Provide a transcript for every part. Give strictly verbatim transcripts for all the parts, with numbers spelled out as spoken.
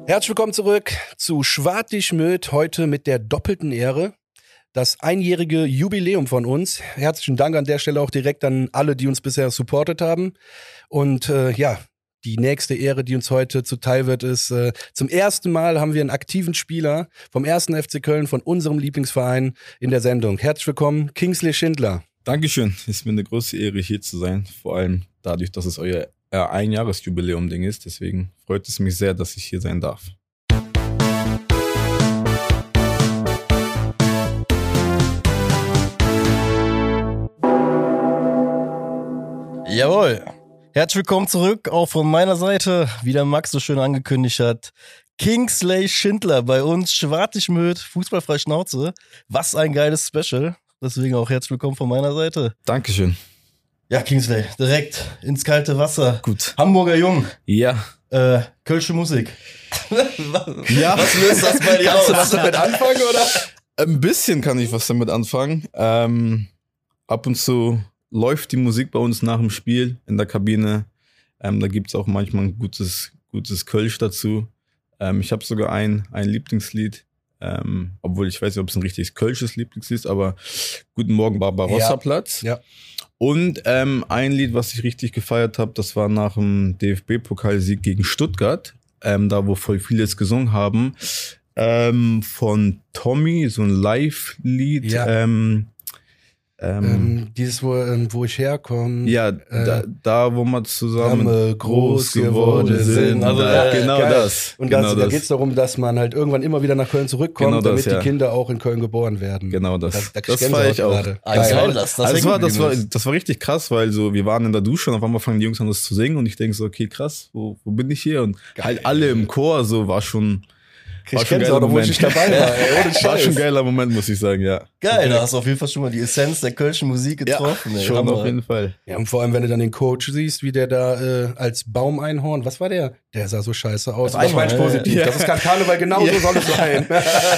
Herzlich willkommen zurück zu Schwartig-Möd, heute mit der doppelten Ehre. Das einjährige Jubiläum von uns. Herzlichen Dank an der Stelle auch direkt an alle, die uns bisher supportet haben. Und äh, ja, die nächste Ehre, die uns heute zuteil wird, ist, äh, zum ersten Mal haben wir einen aktiven Spieler vom ersten F C Köln, von unserem Lieblingsverein, in der Sendung. Herzlich willkommen, Kingsley Schindler. Dankeschön, es ist mir eine große Ehre, hier zu sein. Vor allem dadurch, dass es euer äh, Einjahresjubiläum-Ding ist. Deswegen freut es mich sehr, dass ich hier sein darf. Jawohl. Herzlich willkommen zurück, auch von meiner Seite, wie der Max so schön angekündigt hat. Kingsley Schindler bei uns, Schwartig-Möd, fußballfrei Schnauze. Was ein geiles Special. Deswegen auch herzlich willkommen von meiner Seite. Dankeschön. Ja, Kingsley, direkt ins kalte Wasser. Gut. Hamburger Jung. Ja. Äh, Kölsche Musik. was, ja. was löst das bei dir aus? Kannst du damit anfangen, oder? Ein bisschen kann ich was damit anfangen. Ähm, ab und zu läuft die Musik bei uns nach dem Spiel in der Kabine. Ähm, da gibt's auch manchmal ein gutes, gutes Kölsch dazu. Ähm, ich habe sogar ein, ein Lieblingslied, ähm, obwohl ich weiß nicht, ob es ein richtiges kölsches Lieblingslied ist, aber Guten Morgen Barbarossa-Platz. Ja. ja. Und ähm, ein Lied, was ich richtig gefeiert habe, das war nach dem D F B-Pokalsieg gegen Stuttgart, ähm, da wo voll viele es gesungen haben, ähm, von Tommy, so ein Live-Lied. Ja. Ähm, Ähm, ähm, dieses, wo, ähm, wo ich herkomme. Ja, äh, da, da, wo wir zusammen groß, groß geworden sind. Also, ja, genau geil. das. Und genau das, das. da geht es darum, dass man halt irgendwann immer wieder nach Köln zurückkommt, genau das, damit ja. die Kinder auch in Köln geboren werden. Genau das. Das, da das war ich auch. Gerade. Ah, geil. Geil. Das, das, also das, war, das, war, das war richtig krass, weil so wir waren in der Dusche und auf einmal fangen die Jungs an, das zu singen und ich denke so, okay, krass, wo, wo bin ich hier? Und geil. Halt alle im Chor, so war schon... Ich kenn's auch, obwohl ich nicht dabei war. Ey, ohne Scheiß. War schon ein geiler Moment, muss ich sagen, ja. Geil, da hast du auf jeden Fall schon mal die Essenz der kölschen Musik getroffen. Ja, ey. schon Hammer. auf jeden Fall. Ja, und vor allem, wenn du dann den Coach siehst, wie der da äh, als Baumeinhorn, was war der? Der sah so scheiße aus. Das Einhorn, meine ich positiv. ja. Das ist kein Karneval, genau Ja. so soll es sein.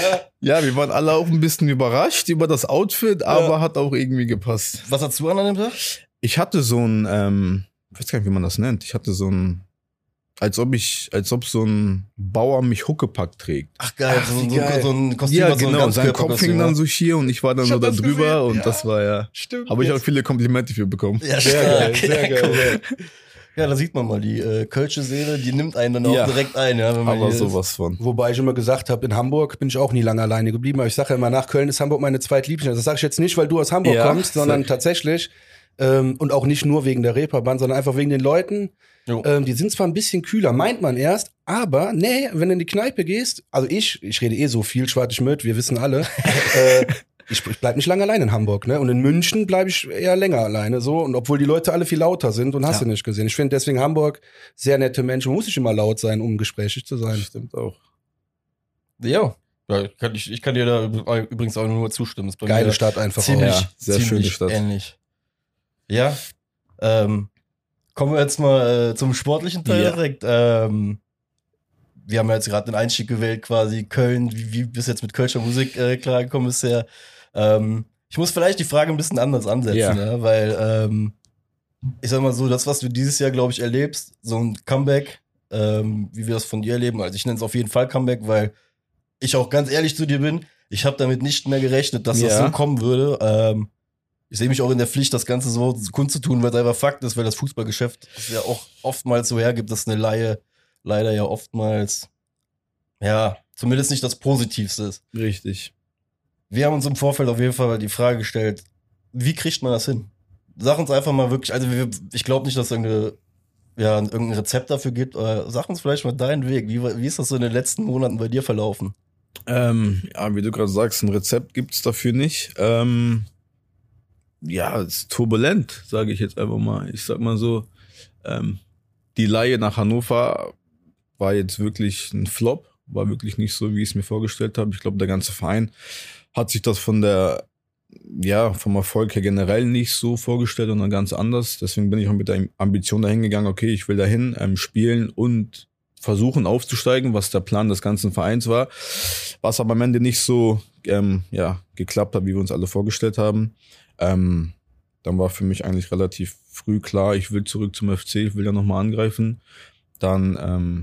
Ja, wir waren alle auch ein bisschen überrascht über das Outfit, aber ja. hat auch irgendwie gepasst. Was hast du an an dem Tag? Ich hatte so ein, ähm, ich weiß gar nicht, wie man das nennt. Ich hatte so ein, als ob ich, als ob so ein Bauer mich Huckepack trägt. Ach geil, Ach, so, wie so, geil. so ein Kostüm. Ja, so genau, ein sein Kopf hing dann so hier und ich war dann Ich so hab da das drüber gesehen, und ja. das war ja, Stimmt. habe ich auch viele Komplimente für bekommen. Ja, Sehr geil, stark. sehr geil. Sehr. Ja, da sieht man mal, die äh, kölsche Seele, die nimmt einen dann auch Ja. direkt ein. Ja, wenn man Aber hier sowas von. Wobei ich immer gesagt habe, in Hamburg bin ich auch nie lange alleine geblieben. Aber ich sage ja immer, nach Köln ist Hamburg meine zweitliebste. Das sage ich jetzt nicht, weil du aus Hamburg Ja, kommst, sondern sag- tatsächlich ähm, und auch nicht nur wegen der Reeperbahn, sondern einfach wegen den Leuten. Jo. Ähm, die sind zwar ein bisschen kühler, meint man erst, aber nee, wenn du in die Kneipe gehst, also ich, ich rede eh so viel, Schwartig-Möd, wir wissen alle, äh, ich, ich bleib nicht lange allein in Hamburg, ne? Und in München bleibe ich eher länger alleine, so. Und obwohl die Leute alle viel lauter sind und hast Ja. du nicht gesehen. Ich finde deswegen Hamburg sehr nette Menschen. Man muss nicht immer laut sein, um gesprächig zu sein. Stimmt auch. Ja. Ja, ich, kann, ich, ich kann dir da übrigens auch nur zustimmen. Ist bei Geile mir Stadt einfach ziemlich, auch. Ja, sehr ziemlich schöne Stadt. ähnlich. Ja. Ähm, kommen wir jetzt mal äh, zum sportlichen Teil Ja. direkt. Ähm, wir haben ja jetzt gerade den Einstieg gewählt, quasi Köln, wie, wie bist du jetzt mit Kölscher Musik äh, klargekommen bisher? Ähm, ich muss vielleicht die Frage ein bisschen anders ansetzen, Ja. ja, weil ähm, ich sag mal so, das, was du dieses Jahr, glaube ich, erlebst, so ein Comeback, ähm, wie wir das von dir erleben, also ich nenne es auf jeden Fall Comeback, weil ich auch ganz ehrlich zu dir bin, ich habe damit nicht mehr gerechnet, dass das Ja. so kommen würde. Ähm, ich sehe mich auch in der Pflicht, das Ganze so kundzutun, weil es einfach Fakt ist, weil das Fußballgeschäft es ja auch oftmals so hergibt, dass eine Laie leider ja oftmals, ja, zumindest nicht das Positivste ist. Richtig. Wir haben uns im Vorfeld auf jeden Fall die Frage gestellt, wie kriegt man das hin? Sag uns einfach mal wirklich, also wir, ich glaube nicht, dass es irgendeine, ja, irgendein Rezept dafür gibt, aber sag uns vielleicht mal deinen Weg. Wie, wie ist das so in den letzten Monaten bei dir verlaufen? Ähm, ja, wie du gerade sagst, ein Rezept gibt's dafür nicht. Ähm, ja, es ist turbulent, sage ich jetzt einfach mal. Ich sag mal so, ähm, die Leihe nach Hannover war jetzt wirklich ein Flop, war wirklich nicht so, wie ich es mir vorgestellt habe. Ich glaube, der ganze Verein hat sich das von der, ja, vom Erfolg her generell nicht so vorgestellt, sondern ganz anders. Deswegen bin ich auch mit der Ambition dahin gegangen, okay, ich will dahin ähm, spielen und versuchen aufzusteigen, was der Plan des ganzen Vereins war, was aber am Ende nicht so ähm, ja, geklappt hat, wie wir uns alle vorgestellt haben. Ähm, dann war für mich eigentlich relativ früh klar, ich will zurück zum F C, ich will da nochmal angreifen. Dann ähm,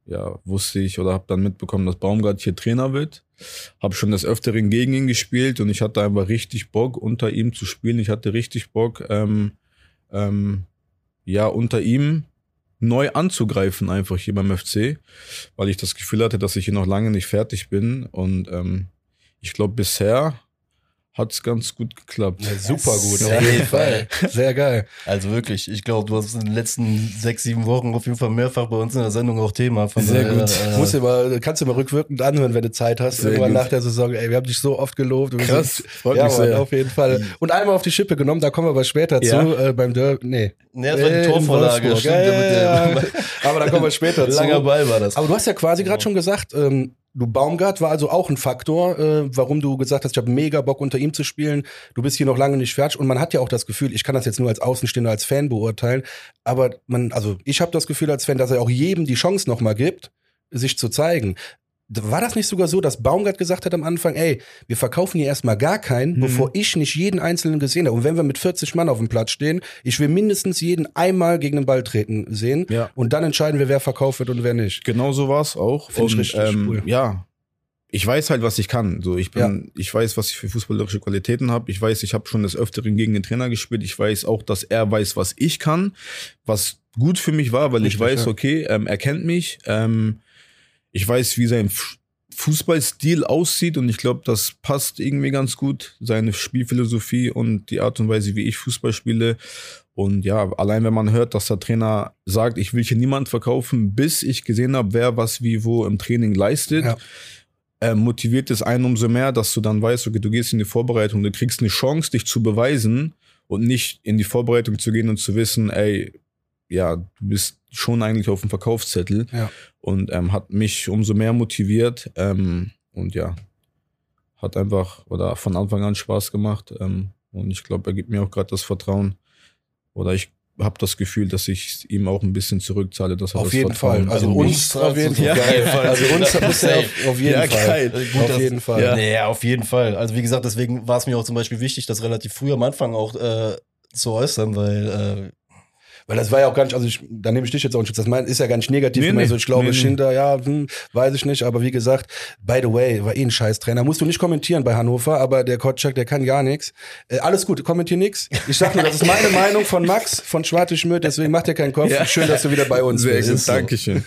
ja, wusste ich oder habe dann mitbekommen, dass Baumgart hier Trainer wird. Habe schon des Öfteren gegen ihn gespielt und ich hatte einfach richtig Bock, unter ihm zu spielen. Ich hatte richtig Bock, ähm, ähm, ja, unter ihm neu anzugreifen einfach hier beim F C, weil ich das Gefühl hatte, dass ich hier noch lange nicht fertig bin und ähm, ich glaube, bisher hat's ganz gut geklappt. Ja, super gut, Sehr auf jeden Fall. Sehr geil. Also wirklich, ich glaube, du hast in den letzten sechs, sieben Wochen auf jeden Fall mehrfach bei uns in der Sendung auch Thema. Von Sehr daher, gut. Äh, Musst du mal, kannst du mal rückwirkend anhören, wenn du Zeit hast. Sehr Irgendwann gut. nach der Saison, ey, wir haben dich so oft gelobt. Du bist Krass, so- freut ja, mich Mann, sehr. auf jeden Fall. Und einmal auf die Schippe genommen, da kommen wir aber später Ja. zu, äh, beim Derby, nee. Nee, das war die Äh, in Torvorlage. Wolfsburg. Stimmt, Ja, mit der- ja, ja. Aber da kommen wir später zu. Langer Ball war das. Aber du hast ja quasi gerade schon gesagt, ähm, du Baumgart war also auch ein Faktor, äh, warum du gesagt hast, ich habe mega Bock unter ihm zu spielen. Du bist hier noch lange nicht fertig und man hat ja auch das Gefühl, ich kann das jetzt nur als Außenstehender, als Fan beurteilen, aber man, also ich habe das Gefühl als Fan, dass er auch jedem die Chance nochmal gibt, sich zu zeigen. War das nicht sogar so, dass Baumgart gesagt hat am Anfang, ey, wir verkaufen hier erstmal gar keinen, Mhm. bevor ich nicht jeden Einzelnen gesehen habe. Und wenn wir mit vierzig Mann auf dem Platz stehen, ich will mindestens jeden einmal gegen den Ball treten sehen. Ja. Und dann entscheiden wir, wer verkauft wird und wer nicht. Genau so war's auch. Find ich Und richtig ähm, cool. ja, ich weiß halt, was ich kann. So, ich bin, ich weiß, was ich für fußballerische Qualitäten habe. Ich weiß, ich habe schon des Öfteren gegen den Trainer gespielt. Ich weiß auch, dass er weiß, was ich kann, was gut für mich war, weil Richtig, ich weiß, ja. okay, ähm, er kennt mich. Ähm, ich weiß, wie sein F- Fußballstil aussieht und ich glaube, das passt irgendwie ganz gut. Seine Spielphilosophie und die Art und Weise, wie ich Fußball spiele. Und ja, allein wenn man hört, dass der Trainer sagt, ich will hier niemand verkaufen, bis ich gesehen habe, wer was wie wo im Training leistet, Ja. äh, motiviert es einen umso mehr, dass du dann weißt, okay, du gehst in die Vorbereitung, du kriegst eine Chance, dich zu beweisen und nicht in die Vorbereitung zu gehen und zu wissen, ey, ja, du bist schon eigentlich auf dem Verkaufszettel. Ja. Und ähm, hat mich umso mehr motiviert ähm, und ja, hat einfach oder von Anfang an Spaß gemacht ähm, und ich glaube, er gibt mir auch gerade das Vertrauen oder ich habe das Gefühl, dass ich ihm auch ein bisschen zurückzahle, dass er Auf das jeden Vertrauen Fall. Also Also uns mich auf jeden zahlst du Fall. auf jeden Fall. Also uns muss er auf, auf jeden Ja, Fall. geil. Gut, auf dass- jeden Fall. Ja. Nee, auf jeden Fall. Also wie gesagt, deswegen war es mir auch zum Beispiel wichtig, das relativ früh am Anfang auch äh, zu äußern, weil äh, Weil das war ja auch gar nicht, also ich, da nehme ich dich jetzt auch nicht, das mein, ist ja gar nicht negativ. Nee, Nee, nee. so, ich glaube, Nee, nee. Schinder, ja, hm, weiß ich nicht, aber wie gesagt, by the way, war eh ein Scheißtrainer. Musst du nicht kommentieren bei Hannover, aber der Kotschak, der kann gar nichts. Äh, alles gut, kommentier nix. Ich sag nur, das ist meine Meinung von Max, von Schwarte Schmidt, deswegen macht dir keinen Kopf. Ja. Schön, dass du wieder bei uns Sehr bist. gut, Ist so. Dankeschön.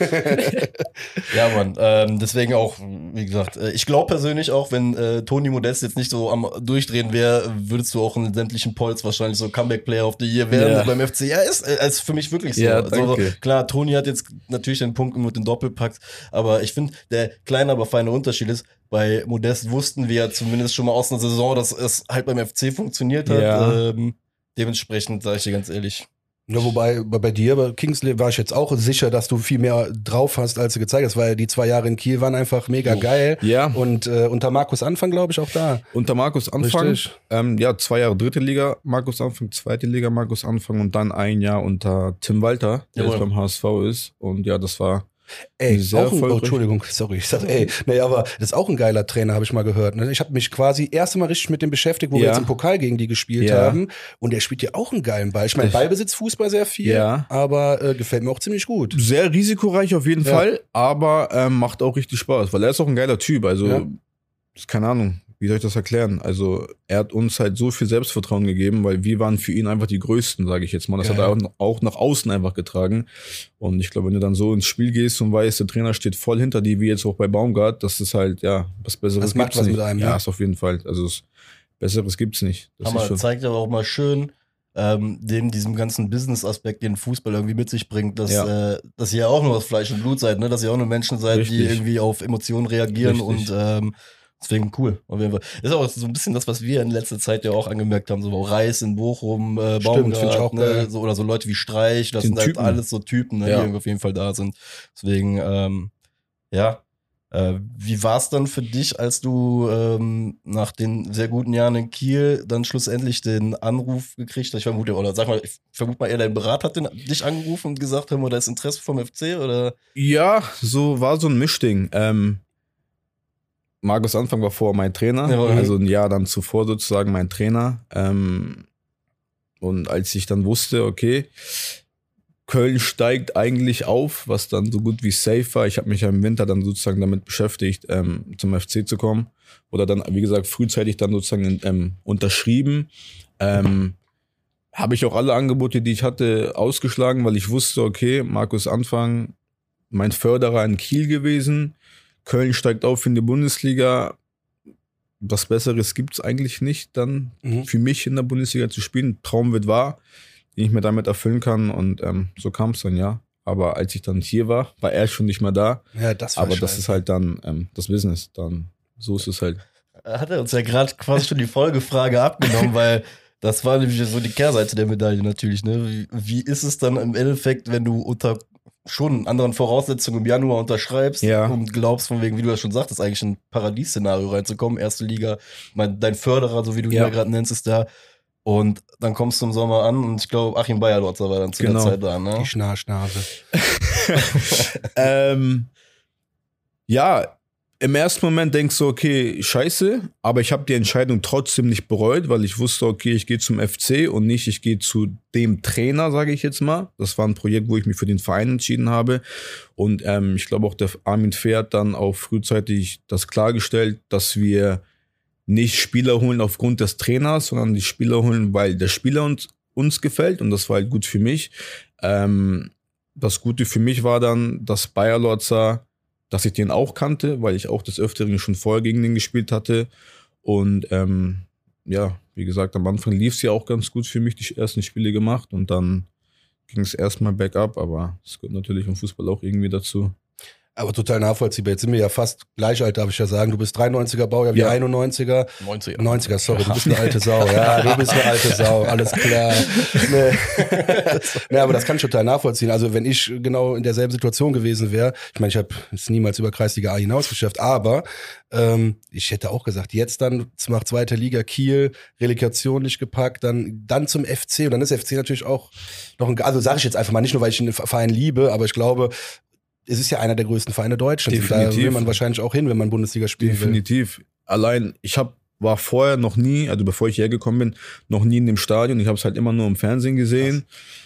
ja, Mann, ähm, deswegen auch, wie gesagt, äh, ich glaube persönlich auch, wenn äh, Toni Modest jetzt nicht so am Durchdrehen wäre, würdest du auch in sämtlichen Polls wahrscheinlich so Comeback-Player of the Year werden Ja. beim F C. Ja, ist, äh, ist für mich wirklich so. Ja, Also, danke. klar, Toni hat jetzt natürlich den Punkt mit den Doppelpacks, aber ich finde, der kleine, aber feine Unterschied ist, bei Modest wussten wir ja zumindest schon mal aus einer Saison, dass es halt beim F C funktioniert hat. Ja. Ähm, dementsprechend sage ich dir ganz ehrlich. Ja, wobei bei bei dir, bei Kingsley, war ich jetzt auch sicher, dass du viel mehr drauf hast, als du gezeigt hast, weil die zwei Jahre in Kiel waren einfach mega geil. Ja. Und äh, unter Markus Anfang, glaube ich, auch da. Unter Markus Anfang, Richtig. ähm, ja, zwei Jahre dritte Liga, Markus Anfang, zweite Liga, Markus Anfang und dann ein Jahr unter Tim Walter, der Jawohl. jetzt beim H S V ist. Und ja, das war Ey, sehr auch ein, oh, erfolgreich. Entschuldigung, sorry, ich sag, ey, nee, aber das ist auch ein geiler Trainer, habe ich mal gehört. Ne? Ich habe mich quasi erst mal richtig mit dem beschäftigt, wo wir Ja. jetzt im Pokal gegen die gespielt Ja. haben. Und der spielt ja auch einen geilen Ball. Ich meine, Ich- Ballbesitz, Fußball sehr viel, Ja. aber äh, gefällt mir auch ziemlich gut. sehr risikoreich auf jeden Ja. Fall, aber ähm, macht auch richtig Spaß, weil er ist auch ein geiler Typ. Also, Ja. ist keine Ahnung, wie soll ich das erklären? Also, er hat uns halt so viel Selbstvertrauen gegeben, weil wir waren für ihn einfach die Größten, sage ich jetzt mal. Das Geil. hat er auch, auch nach außen einfach getragen. Und ich glaube, wenn du dann so ins Spiel gehst und weißt, der Trainer steht voll hinter dir, wie jetzt auch bei Baumgart, das ist halt, ja, was Besseres Das macht gibt's was nicht. mit einem, Ja, ne? ist auf jeden Fall. Also, es, Besseres gibt's nicht. Das Hammer, ist schon. zeigt aber auch mal schön, ähm, dem diesem ganzen Business-Aspekt, den Fußball irgendwie mit sich bringt, dass, Ja. äh, dass ihr auch nur aus Fleisch und Blut seid, ne? Dass ihr auch nur Menschen seid, die Richtig. irgendwie auf Emotionen reagieren Richtig. und ähm, deswegen cool. Auf jeden Fall. Das ist auch so ein bisschen das, was wir in letzter Zeit ja auch angemerkt haben, so auch Reis in Bochum, äh, Stimmt, Baumgart, find ich auch geil. ne? so, oder so Leute wie Streich, das Den sind halt Typen. alles so Typen, ne? Ja. die irgendwie auf jeden Fall da sind. Deswegen, ähm, ja. Äh, wie war es dann für dich, als du ähm, nach den sehr guten Jahren in Kiel dann schlussendlich den Anruf gekriegt hast? Ich vermute, oder sag mal, ich vermute mal eher, dein Berater hat den, dich angerufen und gesagt, hör mal, da ist Interesse vom F C, oder? Ja, so war so ein Mischding. Ähm, Markus Anfang war vorher mein Trainer, Ja, also ein Jahr dann zuvor sozusagen mein Trainer. Ähm, und als ich dann wusste, okay, Köln steigt eigentlich auf, was dann so gut wie safe war. Ich habe mich ja im Winter dann sozusagen damit beschäftigt, ähm, zum F C zu kommen. Oder dann, wie gesagt, frühzeitig dann sozusagen ähm, unterschrieben. Ähm, habe ich auch alle Angebote, die ich hatte, ausgeschlagen, weil ich wusste, okay, Markus Anfang, mein Förderer in Kiel gewesen. Köln steigt auf in die Bundesliga. Was Besseres gibt's eigentlich nicht dann Mhm. für mich in der Bundesliga zu spielen. Traum wird wahr, den ich mir damit erfüllen kann. Und ähm, so kam es dann, ja. Aber als ich dann hier war, war er schon nicht mehr da. Ja, das war Aber das scheiße. ist halt dann ähm, das Business. Dann so ist es halt. Hat er uns ja gerade quasi schon die Folgefrage abgenommen, weil das war nämlich so die Kehrseite der Medaille natürlich. Ne? Wie, wie ist es dann im Endeffekt, wenn du unter schon anderen Voraussetzungen im Januar unterschreibst Ja. und glaubst, von wegen, wie du das schon sagtest, eigentlich in ein Paradies-Szenario reinzukommen, erste Liga, mein, dein Förderer, so wie du ihn Ja. ja gerade nennst, ist da. Und dann kommst du im Sommer an und ich glaube, Achim Bayerlotzer war dann zu Genau. der Zeit da. Ne? Die Schnarchnase. ähm, ja, im ersten Moment denkst du, okay, scheiße, aber ich habe die Entscheidung trotzdem nicht bereut, weil ich wusste, okay, ich gehe zum F C und nicht, ich gehe zu dem Trainer, sage ich jetzt mal. Das war ein Projekt, wo ich mich für den Verein entschieden habe. Und ähm, ich glaube auch, der Armin Fehr hat dann auch frühzeitig das klargestellt, dass wir nicht Spieler holen aufgrund des Trainers, sondern die Spieler holen, weil der Spieler uns, uns gefällt. Und das war halt gut für mich. Ähm, das Gute für mich war dann, dass Bayerlotzer, dass ich den auch kannte, weil ich auch des Öfteren schon vorher gegen den gespielt hatte. Und ähm, ja, wie gesagt, am Anfang lief es ja auch ganz gut für mich, die ersten Spiele gemacht. Und dann ging es erstmal bergab, aber es gehört natürlich im Fußball auch irgendwie dazu. Aber total nachvollziehbar. Jetzt sind wir ja fast gleich alt, darf ich ja sagen. Du bist dreiundneunziger Baujahr, wir Ja. einundneunziger. neunziger. neunziger, sorry, du bist eine alte Sau. Ja, du bist eine alte Sau, alles klar. Nee. nee, aber das kann ich total nachvollziehen. Also wenn ich genau in derselben Situation gewesen wäre, ich meine, ich habe es niemals über Kreisliga A hinaus geschafft, aber ähm, ich hätte auch gesagt, jetzt dann macht zweite Liga Kiel, Relegation nicht gepackt, dann, dann zum F C. Und dann ist F C natürlich auch noch ein, also sage ich jetzt einfach mal, nicht nur, weil ich den Verein liebe, aber ich glaube, es ist ja einer der größten Vereine Deutschlands. Und da Definitiv. will man wahrscheinlich auch hin, wenn man Bundesliga spielen will. Definitiv. Allein, ich hab, war vorher noch nie, also bevor ich hergekommen bin, noch nie in dem Stadion. Ich habe es halt immer nur im Fernsehen gesehen.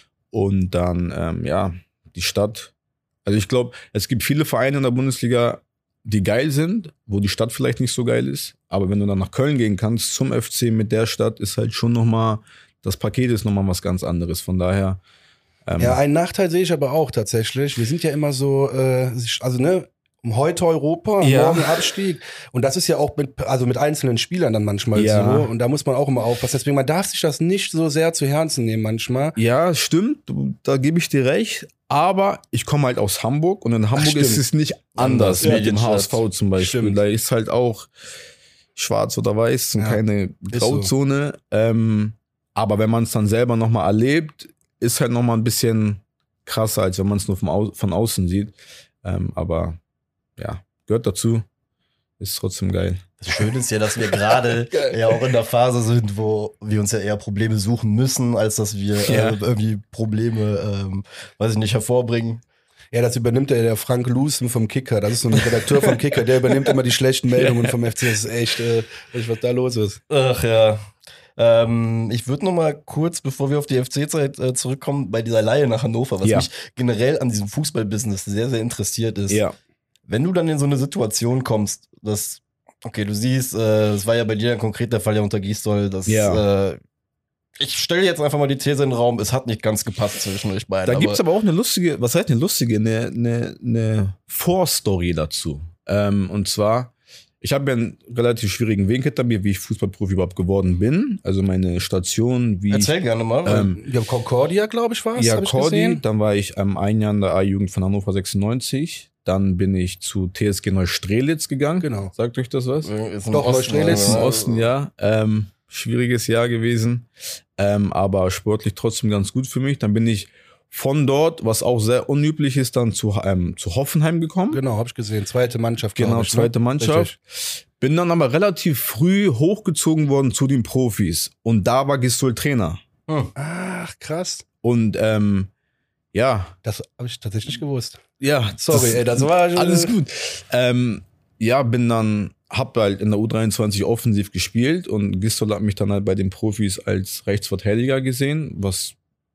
Und dann, ähm, ja, die Stadt. Also ich glaube, es gibt viele Vereine in der Bundesliga, die geil sind, wo die Stadt vielleicht nicht so geil ist. Aber wenn du dann nach Köln gehen kannst, zum F C mit der Stadt, ist halt schon nochmal, das Paket ist nochmal was ganz anderes. Von daher, ähm, Ja, einen Nachteil sehe ich aber auch tatsächlich. Wir sind ja immer so, äh, also ne, heute Europa, Ja. morgen Abstieg. Und das ist ja auch mit, also mit einzelnen Spielern dann manchmal Ja. so. Und da muss man auch immer aufpassen. Deswegen, man darf sich das nicht so sehr zu Herzen nehmen manchmal. ja, stimmt, du- da gebe ich dir recht. Aber ich komme halt aus Hamburg und in Hamburg stimmt. ist es nicht anders Ja, wie im Medienstadt. H S V zum Beispiel. Stimmt. Da ist halt auch schwarz oder weiß und Ja, keine ist so. Grauzone. Ähm, aber wenn man es dann selber nochmal erlebt, ist halt nochmal ein bisschen krasser, als wenn man es nur vom Au von außen sieht. Ähm, aber ja, gehört dazu. Ist trotzdem geil. Das Schöne ist ja, dass wir gerade ja auch in der Phase sind, wo wir uns ja eher Probleme suchen müssen, als dass wir Ja. äh, irgendwie Probleme, ähm, weiß ich nicht, hervorbringen. Ja, das übernimmt ja der Frank Lusen vom Kicker. Das ist so ein Redakteur vom Kicker, der übernimmt immer die schlechten Meldungen vom F C. Das ist echt, äh, echt, was da los ist. Ach ja. Ähm, ich würde noch mal kurz, bevor wir auf die F C-Zeit äh, zurückkommen, bei dieser Leihe nach Hannover, was Ja. mich generell an diesem Fußballbusiness sehr, sehr interessiert ist. Ja. Wenn du dann in so eine Situation kommst, dass, okay, du siehst, äh, es war ja bei dir dann konkret der Fall ja unter Gisdol, dass, Ja. äh, ich stelle jetzt einfach mal die These in den Raum, es hat nicht ganz gepasst zwischen euch beiden. Da gibt's aber auch eine lustige, was heißt eine lustige, eine, eine, eine Vorstory dazu. Ähm, und zwar, ich habe ja einen relativ schwierigen Weg hinter mir, wie ich Fußballprofi überhaupt geworden bin. Also meine Station, wie Erzähl gerne mal. weil- Ähm, Ja, Concordia, glaube ich, war es. ja, hab ich Cordi, gesehen. dann war ich ähm, ein Jahr in der A-Jugend von Hannover sechsundneunzig. Dann bin ich zu T S G Neustrelitz gegangen. Genau. Sagt euch das was? äh, ist im Doch, Osten, Neustrelitz Im äh, Osten, ja. Ähm, schwieriges Jahr gewesen. Ähm, aber sportlich trotzdem ganz gut für mich. Dann bin ich von dort, was auch sehr unüblich ist, dann zu, ähm, zu Hoffenheim gekommen. Genau, habe ich gesehen. Zweite Mannschaft, glaub Genau, ich, ne? zweite Mannschaft. Richtig. Bin dann aber relativ früh hochgezogen worden zu den Profis. Und da war Gisdol Trainer. Hm. Ach, krass. Und ähm, ja, Das habe ich tatsächlich nicht gewusst. ja. Sorry, ey, das war schon- alles gut. Ähm, ja, bin dann, hab halt in der U dreiundzwanzig offensiv gespielt und Gisdol hat mich dann halt bei den Profis als Rechtsverteidiger gesehen, was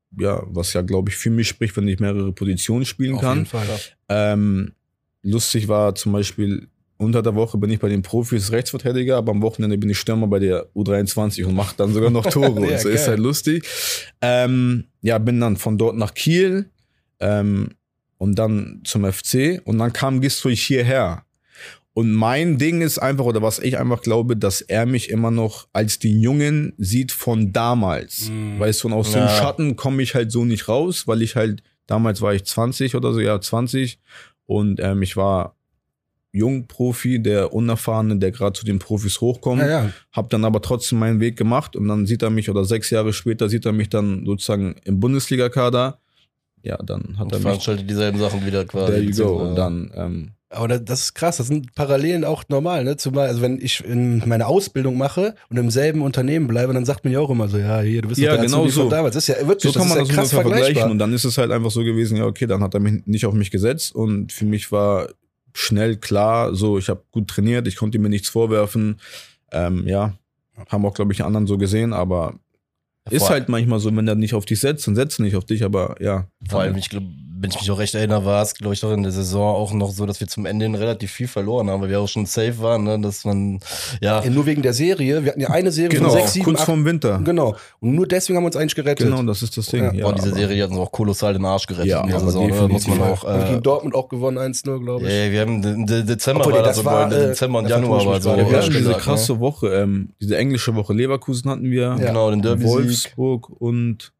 ja, was ja, glaube ich, für mich spricht, wenn ich mehrere Positionen spielen Auf kann. jeden Fall. Ähm, lustig war zum Beispiel, unter der Woche bin ich bei den Profis Rechtsverteidiger, aber am Wochenende bin ich Stürmer bei der U dreiundzwanzig und mache dann sogar noch Tore. Ja, und so geil. ist halt lustig. Ähm, ja, bin dann von dort nach Kiel ähm, und dann zum F C und dann kam Gisdol hierher. Und mein Ding ist einfach, oder was ich einfach glaube, dass er mich immer noch als den Jungen sieht von damals. Mhm. Weißt du, und aus Ja. dem Schatten komme ich halt so nicht raus, weil ich halt, damals war ich zwanzig oder so, ja, zwanzig. Und ähm, ich war Jungprofi, der Unerfahrene, der gerade zu den Profis hochkommt. Ja, ja. Hab dann aber trotzdem meinen Weg gemacht und dann sieht er mich, oder sechs Jahre später sieht er mich dann sozusagen im Bundesliga-Kader. Ja, dann hat Und er mich, veranstaltet dieselben Sachen wieder quasi. there you go. beziehungsweise- Und dann, ähm, Aber da- das ist krass, das sind Parallelen auch normal, ne? Zumal, also wenn ich in meine Ausbildung mache und im selben Unternehmen bleibe, dann sagt man ja auch immer so, ja, hier, du bist Ja, doch der genau Azubi von so. damals. Das ist ja wirklich, so kann man das das ist ja krass ungefähr vergleichen. vergleichbar. Und dann ist es halt einfach so gewesen, ja, okay, dann hat er mich nicht auf mich gesetzt und für mich war schnell klar, so, ich habe gut trainiert, ich konnte mir nichts vorwerfen. Ähm, ja, haben auch, glaube ich, die anderen so gesehen, aber ist vor- halt manchmal so, wenn er nicht auf dich setzt, dann setzt er nicht auf dich, aber ja. Vor allem, ich glaube, wenn ich mich auch recht erinnere, war es, glaube ich, doch in der Saison auch noch so, dass wir zum Ende hin relativ viel verloren haben, weil wir auch schon safe waren, ne? Dass man, ja, Ja, nur wegen der Serie, wir hatten ja eine Serie Genau, von sechs, sieben, kurz acht, vorm Winter. genau. Und nur deswegen haben wir uns eigentlich gerettet. Genau, das ist das Ding. Ja. Ja, boah, diese aber- Serie hat uns auch kolossal den Arsch gerettet Ja, in der aber Saison, ne? Da muss man definitiv. auch, Haben gegen äh, Dortmund auch gewonnen, eins null, glaube ich. ja, wir haben de- de- Dezember Obwohl, war nee, das das so, war, ne? äh, Dezember und da vertue Januar ich war mich so. gerade. Wir Ja, hatten stark, diese ne? krasse Woche, ähm, diese englische Woche. Leverkusen hatten wir, Ja. Genau, den Derby-Sieg. Wolfsburg und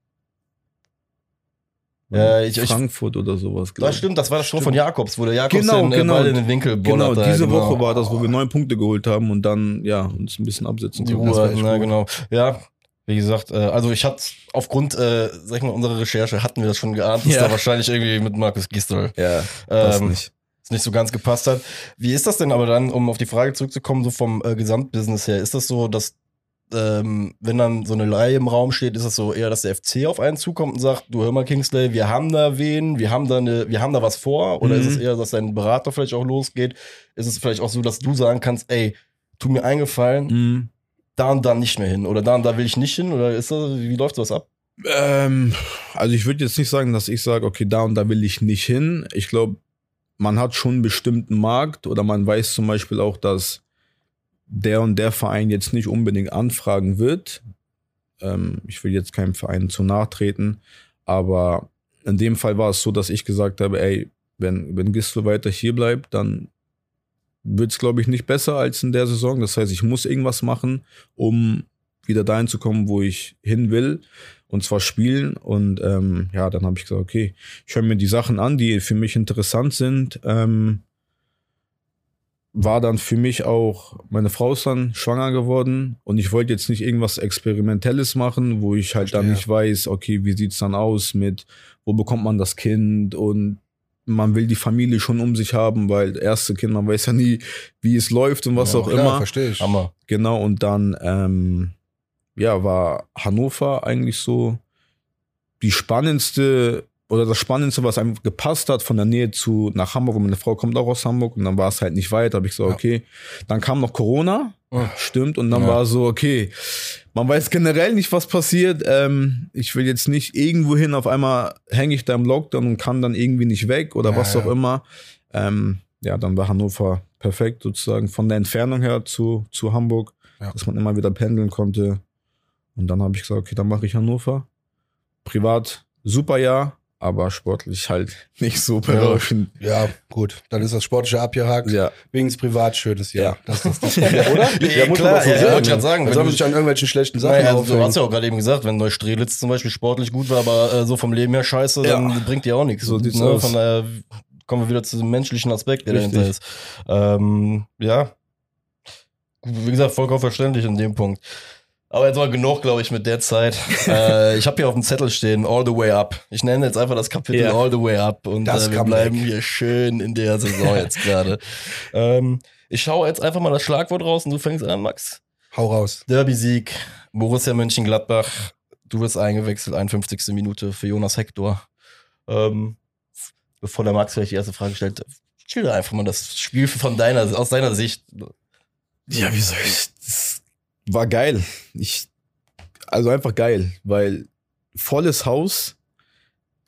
Ja, ich- ich- Frankfurt oder sowas. glaub Das ich. stimmt, das war das Tor von Jakobs, wo der Jakobs Genau, den äh, genau. Ball in den Winkel Genau, bollert. diese genau. Woche war das, wo wir neun Punkte geholt haben und dann, ja, uns ein bisschen absetzen Die konnten. Ruhe Das war hatten, echt ja, gut. genau. Ja, wie gesagt, äh, also ich hatte aufgrund, äh, sag ich mal, unserer Recherche hatten wir das schon geahnt, dass Ja. da wahrscheinlich irgendwie mit Markus Gisdol Ja, passt ähm, nicht. es nicht so ganz gepasst hat. Wie ist das denn aber dann, um auf die Frage zurückzukommen, so vom äh, Gesamtbusiness her, ist das so, dass ähm, wenn dann so eine Leihe im Raum steht, ist es so eher, dass der F C auf einen zukommt und sagt, du hör mal Kingsley, wir haben da wen, wir haben da eine, wir haben da was vor, oder Mhm. ist es eher, dass dein Berater vielleicht auch losgeht? Ist es vielleicht auch so, dass du sagen kannst, ey, tu mir eingefallen, Mhm. da und da nicht mehr hin oder da und da will ich nicht hin oder ist das, wie läuft das ab? Ähm, also ich würde jetzt nicht sagen, dass ich sage, okay, da und da will ich nicht hin. Ich glaube, man hat schon einen bestimmten Markt oder man weiß zum Beispiel auch, dass der und der Verein jetzt nicht unbedingt anfragen wird. Ähm, ich will jetzt keinem Verein zu nahe treten, aber in dem Fall war es so, dass ich gesagt habe, ey, wenn, wenn Gisdol weiter hier bleibt, dann wird es, glaube ich, nicht besser als in der Saison. Das heißt, ich muss irgendwas machen, um wieder dahin zu kommen, wo ich hin will, und zwar spielen. Und ähm, ja, dann habe ich gesagt, okay, ich höre mir die Sachen an, die für mich interessant sind. Ähm, war dann für mich auch, meine Frau ist dann schwanger geworden und ich wollte jetzt nicht irgendwas Experimentelles machen, wo ich halt dann Verstehe. nicht weiß, okay, wie sieht's dann aus mit, wo bekommt man das Kind, und man will die Familie schon um sich haben, weil erste Kind, man weiß ja nie, wie es läuft und was Ja, auch Klar, immer. verstehe ich. Hammer. Genau, und dann ähm, ja, war Hannover eigentlich so die spannendste oder das Spannendste, was einem gepasst hat, von der Nähe zu nach Hamburg. Und meine Frau kommt auch aus Hamburg und dann war es halt nicht weit. Da habe ich gesagt, Ja. okay. Dann kam noch Corona, Oh. stimmt, und dann Ja. war so, okay, man weiß generell nicht, was passiert. Ähm, ich will jetzt nicht irgendwo hin, auf einmal hänge ich da im Lockdown und kann dann irgendwie nicht weg oder Ja, was auch ja. immer. Ähm, ja, dann war Hannover perfekt sozusagen von der Entfernung her zu, zu Hamburg, Ja. dass man immer wieder pendeln konnte. Und dann habe ich gesagt, okay, dann mache ich Hannover. Privat super Jahr, aber sportlich halt nicht so berauschend. Ja, gut. Dann ist das Sportliche abgehakt. Ja. Wegen des Privat schönes Jahr. Ja. Das ist das, ja, oder? Ja, muss klar, man doch so ja, sehen. wollte grad sagen, Dann wenn soll man du- sich an irgendwelchen schlechten Sachen Naja, also, du aufhängen. hast ja auch gerade eben gesagt, wenn Neustrelitz zum Beispiel sportlich gut war, aber äh, so vom Leben her scheiße, dann Ja. bringt dir auch nichts. So sieht's ne? aus. Von daher kommen wir wieder zu dem menschlichen Aspekt, der Richtig. dahinter ist. Ähm, ja. Wie gesagt, vollkommen verständlich in dem Punkt. Aber jetzt mal genug, glaube ich, mit der Zeit. äh, ich habe hier auf dem Zettel stehen, All the Way Up. Ich nenne jetzt einfach das Kapitel Ja. All the Way Up und Das äh, wir Comeback. bleiben hier schön in der Saison jetzt gerade. ähm, ich schaue jetzt einfach mal das Schlagwort raus und du fängst an, Max. Hau raus. Derby-Sieg, Borussia Mönchengladbach. Du wirst eingewechselt, einundfünfzigste Minute für Jonas Hector. Ähm, bevor der Max vielleicht die erste Frage stellt, schilder einfach mal das Spiel von deiner, aus deiner Sicht. Ja, wie soll ich? Das war geil. Ich, also einfach geil, weil volles Haus,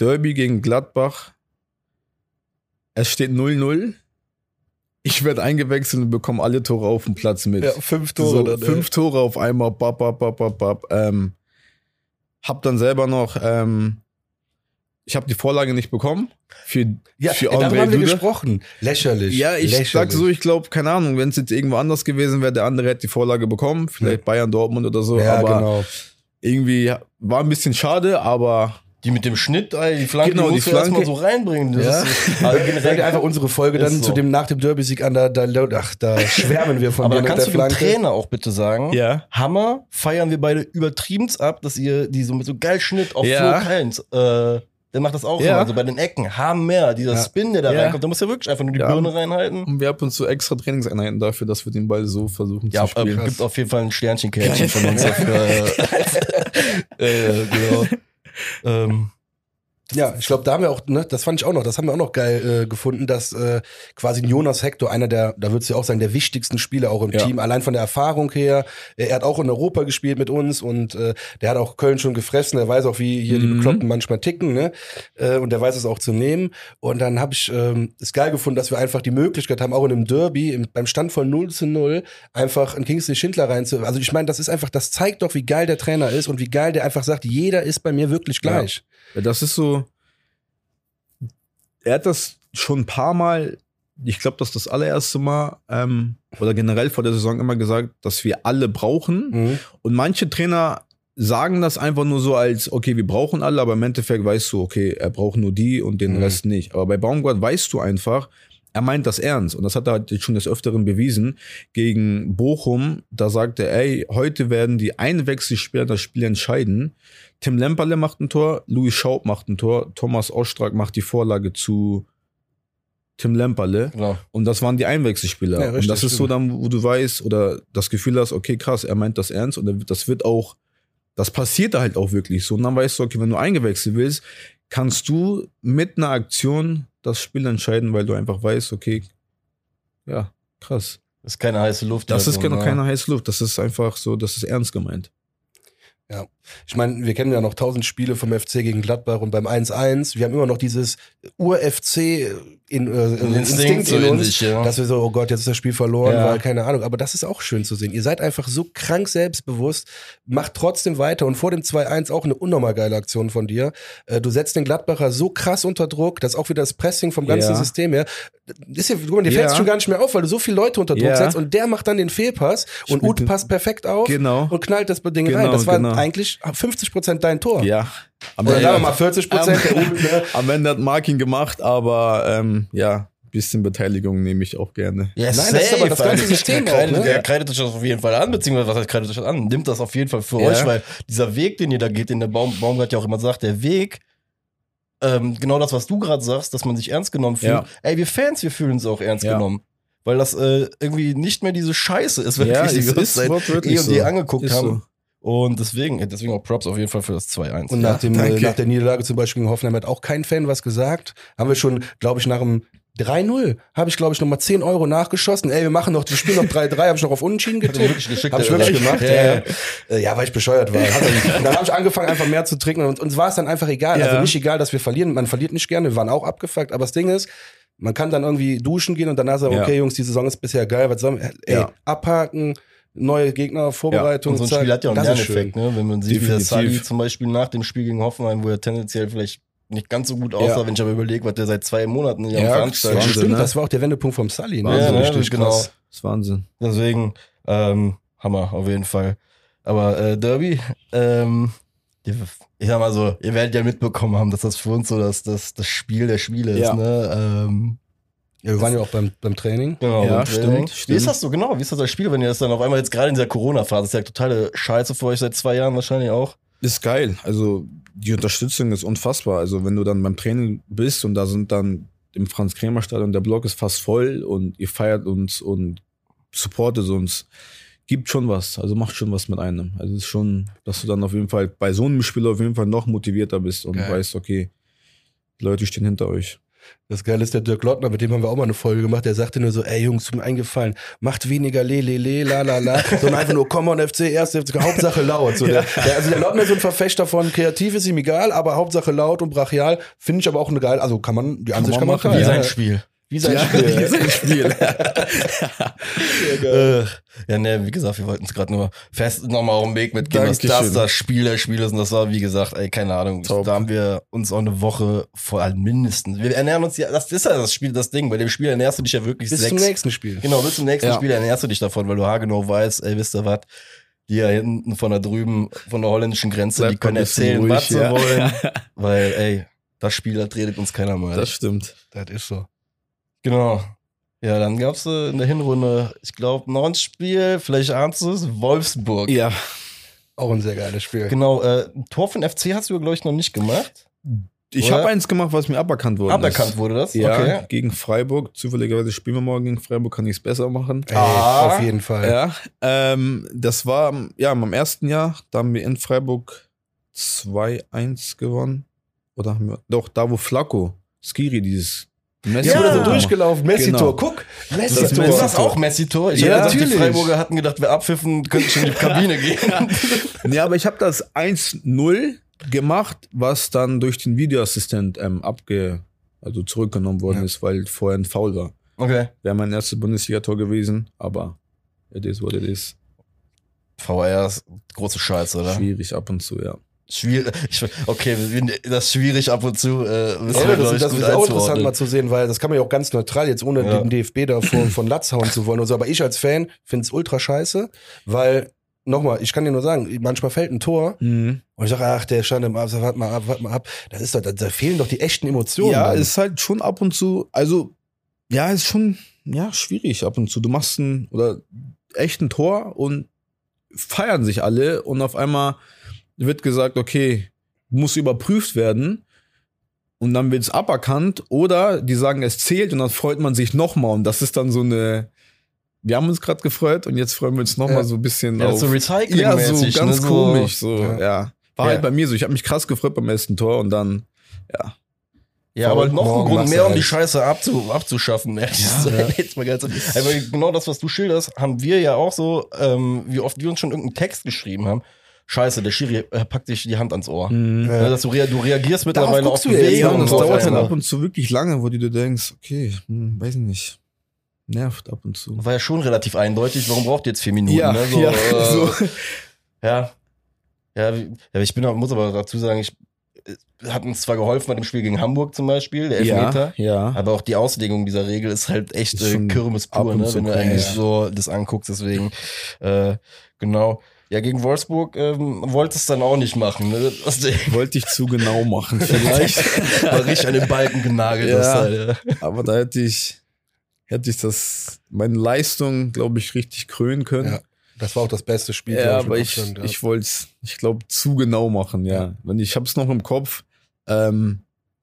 Derby gegen Gladbach. Es steht null null. Ich werde eingewechselt und bekomme alle Tore auf dem Platz mit. Ja, fünf Tore. So, dann, fünf Tore auf einmal. Bap, bap, bap, bap, bap. Ähm, hab dann selber noch, ähm, ich habe die Vorlage nicht bekommen. Für, ja, für darüber haben wir Duda. gesprochen. Lächerlich. Ja, ich Lächerlich. sag so, ich glaube, keine Ahnung, wenn es jetzt irgendwo anders gewesen wäre, der andere hätte die Vorlage bekommen. Vielleicht ja. Bayern, Dortmund oder so. Ja, aber genau. irgendwie war ein bisschen schade, aber Die mit dem Schnitt, ey, die Flanke, Genau, die die musst du erstmal Flanke. so reinbringen. Das Ja. ist, also Hört generell ihr einfach unsere Folge dann Ist zu so. dem nach dem Derby-Sieg an, da, da, ach, da schwärmen wir von Aber dir da mit kannst der du dem Flanke. Trainer auch bitte sagen, ja. Hammer, feiern wir beide übertriebenst ab, dass ihr die so mit so geil Schnitt auf Ja. Flo Keins, äh, der macht das auch Ja. immer, also bei den Ecken, Hammer, dieser Ja. Spin, der da Ja. reinkommt, da muss ja wirklich einfach nur die Ja. Birne reinhalten. Und wir haben uns so extra Trainingseinheiten dafür, dass wir den Ball so versuchen Ja, zu spielen. äh, gibt auf jeden Fall ein Sternchenkärtchen von uns dafür. äh, genau. ähm, Ja, ich glaube, da haben wir auch, ne, das fand ich auch noch, das haben wir auch noch geil äh, gefunden, dass äh, quasi Jonas Hector, einer der, da würdest du ja auch sagen, der wichtigsten Spieler auch im Ja. Team, allein von der Erfahrung her, er, er hat auch in Europa gespielt mit uns und äh, der hat auch Köln schon gefressen, der weiß auch, wie hier die Mhm. Bekloppten manchmal ticken, ne, äh, und der weiß es auch zu nehmen und dann habe ich ähm, es geil gefunden, dass wir einfach die Möglichkeit haben, auch in einem Derby, im, beim Stand von null zu null, einfach einen Kingsley Schindler reinzu, also ich meine, das ist einfach, das zeigt doch, wie geil der Trainer ist und wie geil der einfach sagt, jeder ist bei mir wirklich gleich. Ja, das ist so. Er hat das schon ein paar Mal, ich glaube, das ist das allererste Mal, ähm, oder generell vor der Saison immer gesagt, dass wir alle brauchen. Mhm. Und manche Trainer sagen das einfach nur so als, okay, wir brauchen alle, aber im Endeffekt weißt du, okay, er braucht nur die und den Mhm. Rest nicht. Aber bei Baumgart weißt du einfach, er meint das ernst. Und das hat er halt jetzt schon des Öfteren bewiesen. Gegen Bochum, da sagt er, ey, heute werden die Einwechselspieler das Spiel entscheiden. Tim Lemperle macht ein Tor, Louis Schaub macht ein Tor, Thomas Ostrag macht die Vorlage zu Tim Lemperle. genau. Und das waren die Einwechselspieler. Ja, richtig, und das ist so stimmt. dann, wo du weißt oder das Gefühl hast, okay, krass, er meint das ernst und das wird auch, das passiert da halt auch wirklich so. Und dann weißt du, okay, wenn du eingewechselt willst, kannst du mit einer Aktion das Spiel entscheiden, weil du einfach weißt, okay, ja, krass. Das ist keine heiße Luft. Das ist also, genau ne? keine heiße Luft. Das ist einfach so, das ist ernst gemeint. Ja, ich meine, wir kennen ja noch tausend Spiele vom F C gegen Gladbach und beim eins eins, wir haben immer noch dieses Ur-F C in, äh, Ein Instinkt Instinkt so in in uns, sich, ja. dass wir so, oh Gott, jetzt ist das Spiel verloren, Ja. weil keine Ahnung, aber das ist auch schön zu sehen. Ihr seid einfach so krank selbstbewusst, macht trotzdem weiter und vor dem zwei eins auch eine unnormal geile Aktion von dir. Äh, Du setzt den Gladbacher so krass unter Druck, dass auch wieder das Pressing vom ganzen Ja. System her, ist ja, guck mal, dir Ja. fällt es schon gar nicht mehr auf, weil du so viele Leute unter Druck Ja. setzt und der macht dann den Fehlpass und Spielt Ut den- passt perfekt auf Genau. und knallt das Ding rein. Genau, Das war genau. eigentlich fünfzig Prozent dein Tor. Ja. Am Oder Ende- sagen wir mal vierzig Prozent der am, Ut, ne? am Ende hat Markin gemacht, aber ähm, ja, bisschen Beteiligung nehme ich auch gerne. Ja, Nein, das ist aber das ganze System Der kreidet, auch, ne? der kreidet euch das auf jeden Fall an, beziehungsweise was heißt kreidet euch das an? Nimmt das auf jeden Fall für Ja. euch, weil dieser Weg, den ihr da geht, den der Baum, Baumgart ja auch immer sagt, der Weg, ähm, genau das, was du gerade sagst, dass man sich ernst genommen fühlt. Ja. Ey, wir Fans, wir fühlen uns auch ernst Ja. genommen. Weil das äh, irgendwie nicht mehr diese Scheiße ist, wirklich, Ja, die es wir uns ist seit wortwörtlich eh und je so. angeguckt Ist haben. so. Und deswegen, deswegen auch Props auf jeden Fall für das zwei eins. Und nach, dem, danke. äh, nach der Niederlage zum Beispiel gegen Hoffenheim hat auch kein Fan was gesagt. Haben wir schon, glaube ich, nach dem drei null habe ich, glaube ich, nochmal zehn Euro nachgeschossen. Ey, wir machen noch, wir spielen noch drei drei, habe ich noch auf Unentschieden Hat er getippt. wirklich geschickt, Habe ich der wirklich Irre. gemacht, Ja, ja, ja. ja. Äh, Ja, weil ich bescheuert war. Hat er- Und dann habe ich angefangen, einfach mehr zu trinken und uns war es dann einfach egal. Ja. Also nicht egal, dass wir verlieren. Man verliert nicht gerne, wir waren auch abgefuckt. Aber das Ding ist, man kann dann irgendwie duschen gehen und danach sagen, Ja. okay, Jungs, die Saison ist bisher geil. Was sollen wir? Ey, Ja. abhaken, neue Gegner, Vorbereitung. Und so ein zack. Spiel hat ja auch einen Das ist Lerneffekt, schön. ne? Wenn man sieht, wie der Definitiv. Sully zum Beispiel nach dem Spiel gegen Hoffenheim, wo er tendenziell vielleicht nicht ganz so gut aussah, Ja. wenn ich aber überlege, was der seit zwei Monaten hier Ja, am Veranstalten Wahnsinn, Stimmt, ne? das war auch der Wendepunkt vom Sully. Ne? Wahnsinn, So ja, richtig genau. krass. Das ist Wahnsinn. Deswegen, ähm, Hammer, auf jeden Fall. Aber äh, Derby, ähm, ihr- ich sag mal so, ihr werdet ja mitbekommen haben, dass das für uns so das, das, das Spiel der Spiele Ja. ist, ne? Ähm, Ja, wir waren ja auch beim, beim Training. genau, Ja, und, stimmt, äh, Wie stimmt. ist das so, genau? Wie ist das das Spiel, wenn ihr das dann auf einmal jetzt gerade in dieser Corona-Phase, ist ja totale Scheiße für euch seit zwei Jahren wahrscheinlich auch. Ist geil. Also die Unterstützung ist unfassbar. Also wenn du dann beim Training bist und da sind dann im Franz-Kremer-Stadion, der Block ist fast voll und ihr feiert uns und supportet uns, gibt schon was. Also macht schon was mit einem. Also es ist schon, dass du dann auf jeden Fall bei so einem Spiel auf jeden Fall noch motivierter bist und Geil. weißt, okay, die Leute stehen hinter euch. Das Geile ist der Dirk Lottner, mit dem haben wir auch mal eine Folge gemacht, der sagte nur so, ey Jungs, tut mir eingefallen, macht weniger le, le, le, la, la, la, sondern einfach nur Come on F C, erste F C, Hauptsache laut. So, der, der, also der Lottner ist so ein Verfechter von kreativ ist ihm egal, aber Hauptsache laut und brachial, finde ich aber auch eine geile, also kann man, die Ansicht kann man machen. Wie teilen. sein Ja. Spiel. Wie sein Ja, Spiel. wie sein Spiel. Äh, ja, ne, wie gesagt, wir wollten es gerade nur fest nochmal auf den Weg mitgeben, dass das Dankeschön. das Spiel der Spiele ist. Und das war, wie gesagt, ey, keine Ahnung. Top. Da haben wir uns auch eine Woche vor allem mindestens. Wir ernähren uns ja, das ist ja das Spiel, das Ding. Bei dem Spiel ernährst du dich ja wirklich Bis sechs. zum nächsten Spiel. Genau, bis zum nächsten Ja. Spiel ernährst du dich davon, weil du haargenau weißt, ey, wisst ihr was? Die ja hinten von da drüben, von der holländischen Grenze, Bleibt die können mal ein bisschen erzählen, ruhig, was sie ja. wollen. Weil, ey, das Spiel, das redet uns keiner mal. Das stimmt. Das ist so. Genau. Ja, dann gab's äh, in der Hinrunde, ich glaube, noch ein Spiel, vielleicht ahnst du es, Wolfsburg. Ja. Auch ein sehr geiles Spiel. Genau, äh, ein Tor von F C hast du, glaube ich, noch nicht gemacht. Ich Oder? habe eins gemacht, was mir aberkannt wurde. Aberkannt wurde das? Ja, Okay. gegen Freiburg. Zufälligerweise spielen wir morgen gegen Freiburg, kann ich es besser machen. Ey, Ah. auf jeden Fall. Ja, ähm, das war ja im ersten Jahr, da haben wir in Freiburg zwei eins gewonnen. Oder haben wir, doch, da wo Flacco, Skiri, dieses Messi Ja, wurde so Ja. durchgelaufen. Messi-Tor, Genau. guck. Das, Messi-Tor. ist das auch Messi-Tor? Ich Ja, hätte gedacht, die natürlich. Freiburger hatten gedacht, wir abpfiffen, könnten schon in die Kabine gehen. Nee, aber ich habe das eins null gemacht, was dann durch den Videoassistent ähm, abge, also zurückgenommen worden Ja. ist, weil vorher ein Foul war. Okay. Wäre mein erstes Bundesliga-Tor gewesen, aber it is what it is. V R ist große Scheiße, oder? Schwierig ab und zu, ja. Schwierig. Ich, okay, das ist schwierig ab und zu. Äh, wissen Ja, wir, das, glaub ich, das gut ist auch interessant einzuordnen. mal zu sehen, weil das kann man ja auch ganz neutral, jetzt ohne Ja. den D F B da von, von Latz hauen zu wollen und so. Aber ich als Fan finde es ultra scheiße, weil, nochmal, ich kann dir nur sagen, manchmal fällt ein Tor und ich sage, ach, der stand im Ab, warte mal ab, warte mal ab. Das ist doch, da, da fehlen doch die echten Emotionen. Ja, dann. ist halt schon ab und zu, also, ja, ist schon, ja, schwierig ab und zu. Du machst ein, oder echt ein Tor und feiern sich alle und auf einmal wird gesagt, okay, muss überprüft werden und dann wird es aberkannt oder die sagen, es zählt und dann freut man sich nochmal und das ist dann so eine, wir haben uns gerade gefreut und jetzt freuen wir uns nochmal Ja. so ein bisschen Ja, auf. so Recycling Ja, so ganz ne, komisch, so, Ja. ja. War Ja. halt bei mir so, ich habe mich krass gefreut beim ersten Tor und dann, ja. Ja, aber Faul, noch ein morgen Grund machst mehr, du um die halt. Scheiße abzu, abzuschaffen. Ja, Ja. Jetzt mal ganz, aber genau das, was du schilderst, haben wir ja auch so, ähm, wie oft wir uns schon irgendeinen Text geschrieben haben. Scheiße, der Schiri äh, packt sich die Hand ans Ohr. Ja. Ja, dass du, rea du reagierst mittlerweile auf guckst du ja jetzt, Ja, Bewegungen. und das und auf dauert dann einmal. ab und zu wirklich lange, wo du dir denkst, okay, hm, weiß ich nicht. Nervt ab und zu. War ja schon relativ eindeutig, warum braucht ihr jetzt vier Minuten? Ja, ne? so, ja, äh, so. ja. Ja, wie- ja, ich bin, muss aber dazu sagen, ich äh, hat uns zwar geholfen bei dem Spiel gegen Hamburg zum Beispiel, der Elfmeter. Ja, ja. Aber auch die Auslegung dieser Regel ist halt echt Ist äh, schon Kirmes ab pur, und ne? zu Wenn du komisch. eigentlich so das anguckst, deswegen, äh, genau. Ja, gegen Wolfsburg ähm, wollte es dann auch nicht machen, ne? Das Ding Wollte ich zu genau machen, vielleicht. war richtig an den Balken genagelt. Ja. Das Teil, ja. Aber da hätte ich, hätte ich das, meine Leistung, glaube ich, richtig krönen können. Ja, das war auch das beste Spiel. Ja, glaub aber mit ich, Abstand, ja. ich wollte es, ich glaube, zu genau machen, ja. Wenn ich hab's noch im Kopf. Ähm,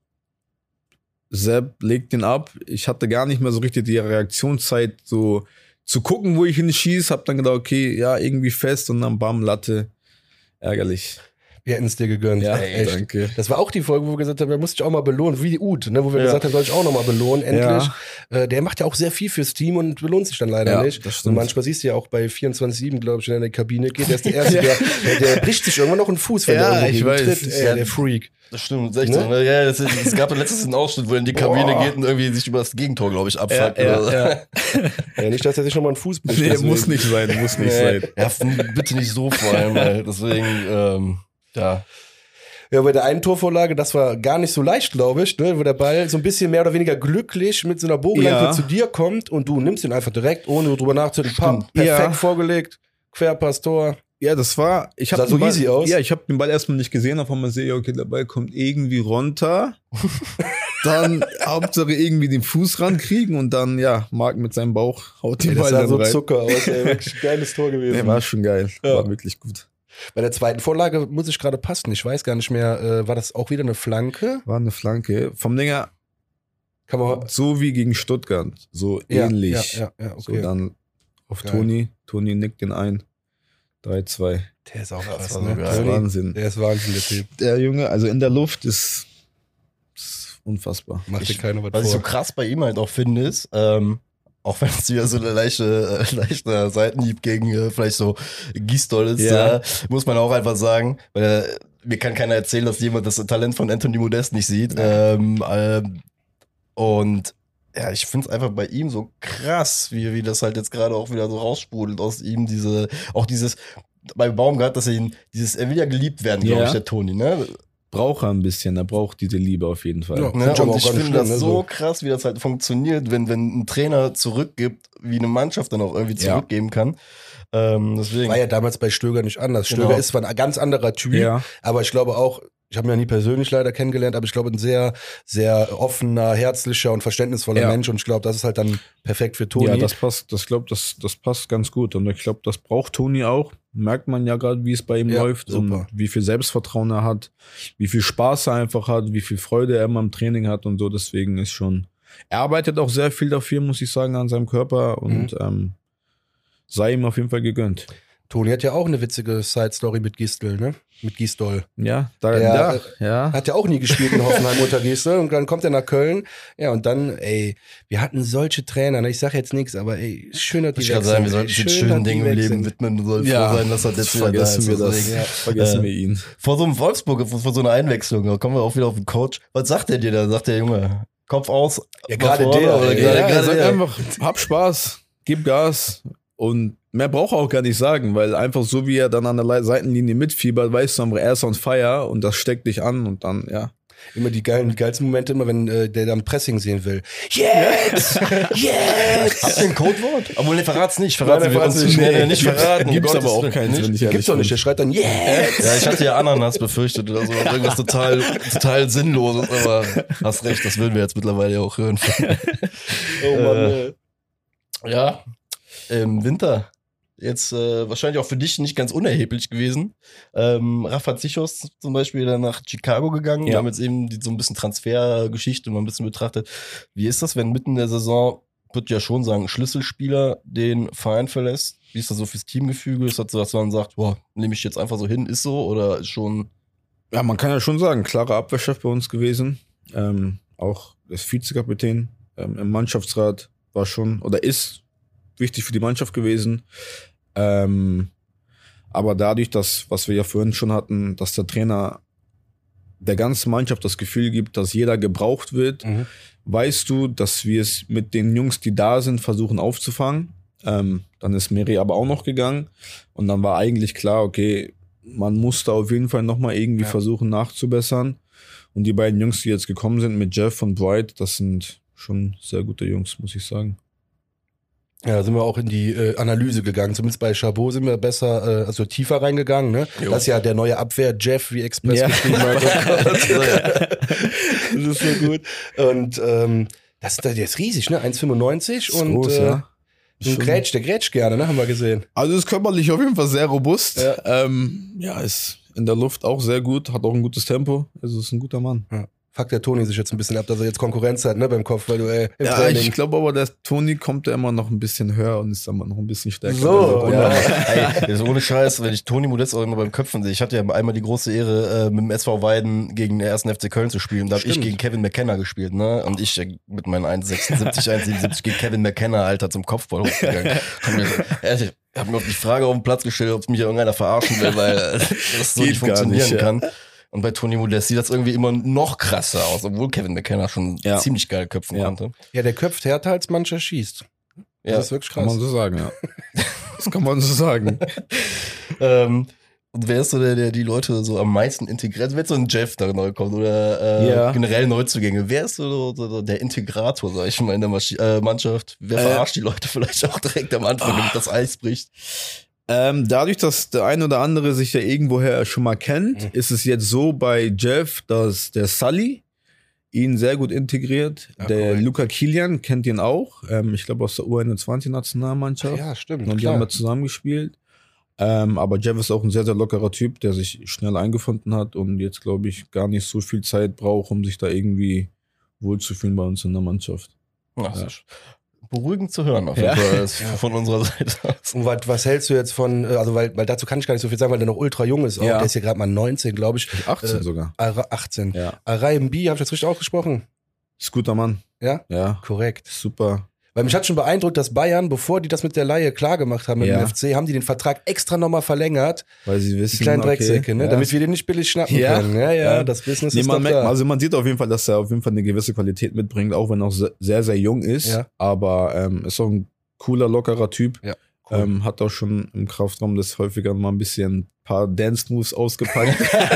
Sepp legt den ab. Ich hatte gar nicht mehr so richtig die Reaktionszeit, so zu gucken, wo ich ihn schieße. Hab dann gedacht, okay, ja, irgendwie fest und dann bam, Latte. Ärgerlich. Wir hätten es dir gegönnt. Ja, Ey, echt. danke. Das war auch die Folge, wo wir gesagt haben, wir mussten dich auch mal belohnen, wie die Ud, ne, wo wir Ja. gesagt haben, soll ich auch noch mal belohnen, endlich. Ja. Äh, der macht ja auch sehr viel fürs Team und belohnt sich dann leider Ja, nicht. das Und stimmt. manchmal siehst du ja auch bei vierundzwanzig sieben, glaube ich, wenn er in die Kabine geht, der ist der Erste, der, der, der bricht sich irgendwann noch einen Fuß, wenn Ja, der irgendwo ich weiß. tritt. Ey, Ja. der Freak. Das stimmt, das ist echt Ne? so. Ne? Ja, das ist, es gab ja letztens einen Ausschnitt, wo er in die Kabine Boah. geht und irgendwie sich über das Gegentor, glaube ich, abfuckt. Ja, ja, oder so. ja. Ja, nicht, dass er sich noch mal einen Fuß bricht. Nee, deswegen. muss nicht sein, muss nicht Nee, sein. ja, f- bitte nicht so vor allem, weil deswegen, ähm, ja. Ja, bei der einen Torvorlage, das war gar nicht so leicht, glaube ich, ne, wo der Ball so ein bisschen mehr oder weniger glücklich mit so einer Bogenlampe Ja. zu dir kommt und du nimmst ihn einfach direkt, ohne drüber nachzudenken. Pam, Stimmt. perfekt Ja. vorgelegt, Querpass, Tor. Ja, das war, ich Sah habe so easy aus. Ja, ich habe den Ball erstmal nicht gesehen, auf einmal sehe ich, okay, der Ball kommt irgendwie runter. Dann Hauptsache irgendwie den Fuß rankriegen und dann, ja, Marc mit seinem Bauch haut den Ey, das Ball sah dann so rein. Zucker aus, ey, wirklich ein geiles Tor gewesen. Nee, war schon geil, Ja. war wirklich gut. Bei der zweiten Vorlage muss ich gerade passen. Ich weiß gar nicht mehr, äh, war das auch wieder eine Flanke? War eine Flanke. Vom Dinger, Kann man. so wie gegen Stuttgart, so Ja, ähnlich. Ja, ja, ja, So okay. dann auf Geil. Toni, Toni nickt den ein. drei zwei. Der ist auch Das krass, war so ne? geil. Das ist Toni, Wahnsinn. Der ist Wahnsinn, der Typ. Der Junge, also in der Luft ist, ist Unfassbar. Macht dir Ich- keiner was Was ich so vor. krass bei ihm halt auch finde, ist, ähm, auch wenn es wieder so eine leichte, äh, leichter Seitenhieb gegen äh, vielleicht so Gisdol ist, Ja. äh, muss man auch einfach sagen, weil äh, mir kann keiner erzählen, dass jemand das Talent von Anthony Modest nicht sieht. Ähm, ähm, und ja, ich finde es einfach bei ihm so krass, wie, wie das halt jetzt gerade auch wieder so raussprudelt aus ihm, diese, auch dieses, bei Baumgart, dass er ihn, dieses, er will ja geliebt werden, glaube Ja. ich, der Toni, ne? Braucht er ein bisschen, er braucht diese Liebe auf jeden Fall. Ja. Ne? Find ich aber Und auch ich gar nicht finde das schlimm, ne, so so. krass, wie das halt funktioniert, wenn, wenn ein Trainer zurückgibt, wie eine Mannschaft dann auch irgendwie Ja. zurückgeben kann. Ähm, deswegen. War ja damals bei Stöger nicht anders. Genau. Stöger ist zwar ein ganz anderer Typ, Ja. aber ich glaube auch, ich habe ihn ja nie persönlich leider kennengelernt, aber ich glaube, ein sehr, sehr offener, herzlicher und verständnisvoller Ja. Mensch. Und ich glaube, das ist halt dann perfekt für Toni. Ja, das passt, das glaube das, das passt ganz gut. Und ich glaube, das braucht Toni auch. Merkt man ja gerade, wie es bei ihm Ja, läuft super. und wie viel Selbstvertrauen er hat, wie viel Spaß er einfach hat, wie viel Freude er immer im Training hat und so. Deswegen ist schon, er arbeitet auch sehr viel dafür, muss ich sagen, an seinem Körper und ähm, sei ihm auf jeden Fall gegönnt. Toni hat ja auch eine witzige Side-Story mit Gisdol, ne? Mit Gisdol. Ja, da, Der, ja, äh, ja. Hat ja auch nie gespielt in Hoffenheim unter Gisdol und dann kommt er nach Köln. Ja, und dann, ey, wir hatten solche Trainer, ne? Ich sag jetzt nichts, aber ey, schön, dass die ich kann sagen, wir ey. sollten uns Schön, schönen dass die Dingen im weg Leben sind. widmen und soll Ja, froh sein, dass er jetzt wieder da vergessen ist. wir das. Deswegen, Vergessen äh, wir ihn. Vor so einem Wolfsburg, vor, vor so einer Einwechslung, da kommen wir auch wieder auf den Coach. Was sagt der dir da? Sagt der Junge, Kopf aus, Ja, nach gerade vorne der, oder ey. gerade, Ja, er gerade sagt der? einfach, hab Spaß, gib Gas und mehr braucht er auch gar nicht sagen, weil einfach so wie er dann an der Le- Seitenlinie mitfiebert, weißt du, er ist on fire und das steckt dich an und dann, ja. Immer die geilen, die geilsten Momente, immer wenn äh, der dann Pressing sehen will. Jetzt! Jetzt! Habt ihr ein Codewort? Obwohl, ne, verrat's nicht. Verraten Nein, wir verrat's uns nicht. nee, Nee, nicht gibt's- verraten. gibt's um aber Gottes auch Willen. keins, Nicht? wenn ich ehrlich Gibt's doch nicht, bin. der schreit dann, jetzt! Ja, ich hatte ja Ananas befürchtet oder so, irgendwas total, total Sinnloses, aber hast recht, das würden wir jetzt mittlerweile auch hören. Oh Mann, Äh, ey. Ja, im Winter. Jetzt äh, wahrscheinlich auch für dich nicht ganz unerheblich gewesen. Ähm, Rafa Zichos zum Beispiel dann nach Chicago gegangen. Wir Ja. haben jetzt eben die, so ein bisschen Transfergeschichte mal ein bisschen betrachtet. Wie ist das, wenn mitten in der Saison, würde ja schon sagen, ein Schlüsselspieler den Verein verlässt? Wie ist das so fürs Teamgefüge? Ist das so, dass man sagt, boah, nehme ich jetzt einfach so hin, ist so? Oder ist schon... Ja, man kann ja schon sagen, klarer Abwehrchef bei uns gewesen. Ähm, auch das Vizekapitän ähm, im Mannschaftsrat war schon oder ist wichtig für die Mannschaft gewesen. Ähm, aber dadurch, dass, was wir ja vorhin schon hatten, dass der Trainer der ganzen Mannschaft das Gefühl gibt, dass jeder gebraucht wird, Mhm. weißt du, dass wir es mit den Jungs, die da sind, versuchen aufzufangen. Ähm, dann ist Meri aber auch noch gegangen und dann war eigentlich klar, okay, man musste auf jeden Fall nochmal irgendwie Ja. versuchen nachzubessern. Und die beiden Jungs, die jetzt gekommen sind mit Jeff und Bright, das sind schon sehr gute Jungs, muss ich sagen. Ja, da sind wir auch in die äh, Analyse gegangen. Zumindest bei Chabot sind wir besser, äh, also tiefer reingegangen. Ne? Jo. Das ist ja der neue Abwehr-Jeff, wie Express Ja. geschrieben hat. Das ist so gut. Und ähm, das, das ist riesig, ne? eins Komma fünfundneunzig Ist und groß, äh, ja. ein Schon- Grätsch, der grätscht gerne, ne? Haben wir gesehen. Also ist körperlich auf jeden Fall sehr robust. Ja. Ja, ähm, ja ist in der Luft auch sehr gut, hat auch ein gutes Tempo. Also ist ein guter Mann. Fuckt der Toni sich jetzt ein bisschen ab, dass er jetzt Konkurrenz hat, ne, beim Kopf, weil du, ey, im Ja, Training. ich glaube aber, der Toni kommt ja immer noch ein bisschen höher und ist immer noch ein bisschen stärker. So, Also, ja. Ey, ist ohne Scheiß, wenn ich Toni Modest auch immer beim Köpfen sehe. Ich hatte ja einmal die große Ehre, äh, mit dem S V Weiden gegen den ersten F C Köln zu spielen. Da habe ich Stimmt. gegen Kevin McKenna gespielt, ne? Und ich äh, mit meinen eins Komma sechsundsiebzig, eins Komma siebenundsiebzig gegen Kevin McKenna, Alter, zum Kopfball hochgegangen. Komm, mir- ehrlich, ich habe mir auch die Frage auf den Platz gestellt, ob mich irgendeiner verarschen will, weil äh, das so Geht nicht gar funktionieren nicht, ja. kann. Und bei Toni Modest sieht das irgendwie immer noch krasser aus, obwohl Kevin McKenna schon Ja. ziemlich geil köpfen Ja. konnte. Ja, der köpft härter als mancher schießt. Das Ja. ist wirklich Kann krass. man so sagen, ja. Das kann man so sagen. Ähm, und wer ist so der, der die Leute so am meisten integriert? Wer ist so ein Jeff, der neu kommt oder äh, Ja. generell Neuzugänge? Wer ist so, so, so der Integrator, sag ich mal, in der Maschi äh, Mannschaft? Wer Äh. verarscht die Leute vielleicht auch direkt am Anfang, damit das Eis bricht? Ähm, dadurch, dass der ein oder andere sich ja irgendwoher schon mal kennt, Mhm. ist es jetzt so bei Jeff, dass der Sully ihn sehr gut integriert. Ja, der korrekt. Luca Kilian kennt ihn auch. Ähm, ich glaube aus der U einundzwanzig-Nationalmannschaft. Ja, stimmt. Und die klar. haben wir zusammengespielt. Ähm, aber Jeff ist auch ein sehr, sehr lockerer Typ, der sich schnell eingefunden hat und jetzt, glaube ich, gar nicht so viel Zeit braucht, um sich da irgendwie wohlzufühlen bei uns in der Mannschaft. Ja, Ja. das ist beruhigend zu hören, auf jeden Ja. Fall, ist Ja. von unserer Seite aus. Und was, was hältst du jetzt von, äh, also weil, weil dazu kann ich gar nicht so viel sagen, weil der noch ultra jung ist. Auch. Ja. Der ist hier gerade mal neunzehn, glaube ich. achtzehn Äh, sogar. Ara- achtzehn. Ja. Arai Mbi, habe ich das richtig ausgesprochen? Ist guter Mann. Ja? Ja. Korrekt. Super. Weil mich hat schon beeindruckt, dass Bayern, bevor die das mit der Leihe klar gemacht haben mit Ja. dem F C, haben die den Vertrag extra nochmal verlängert. Weil sie Die wissen, kleinen okay, Drecksäcke, ne? ja. Damit wir den nicht billig schnappen Ja. können. Ja, ja, Ja. das Business Nee, ist man doch merkt, da. also man sieht auf jeden Fall, dass er auf jeden Fall eine gewisse Qualität mitbringt, auch wenn er auch se- sehr, sehr jung ist. Ja. Aber ähm, ist auch ein cooler, lockerer Typ. Ja, cool. Ähm, hat auch schon im Kraftraum das häufiger mal ein bisschen ein paar Dance-Moves ausgepackt.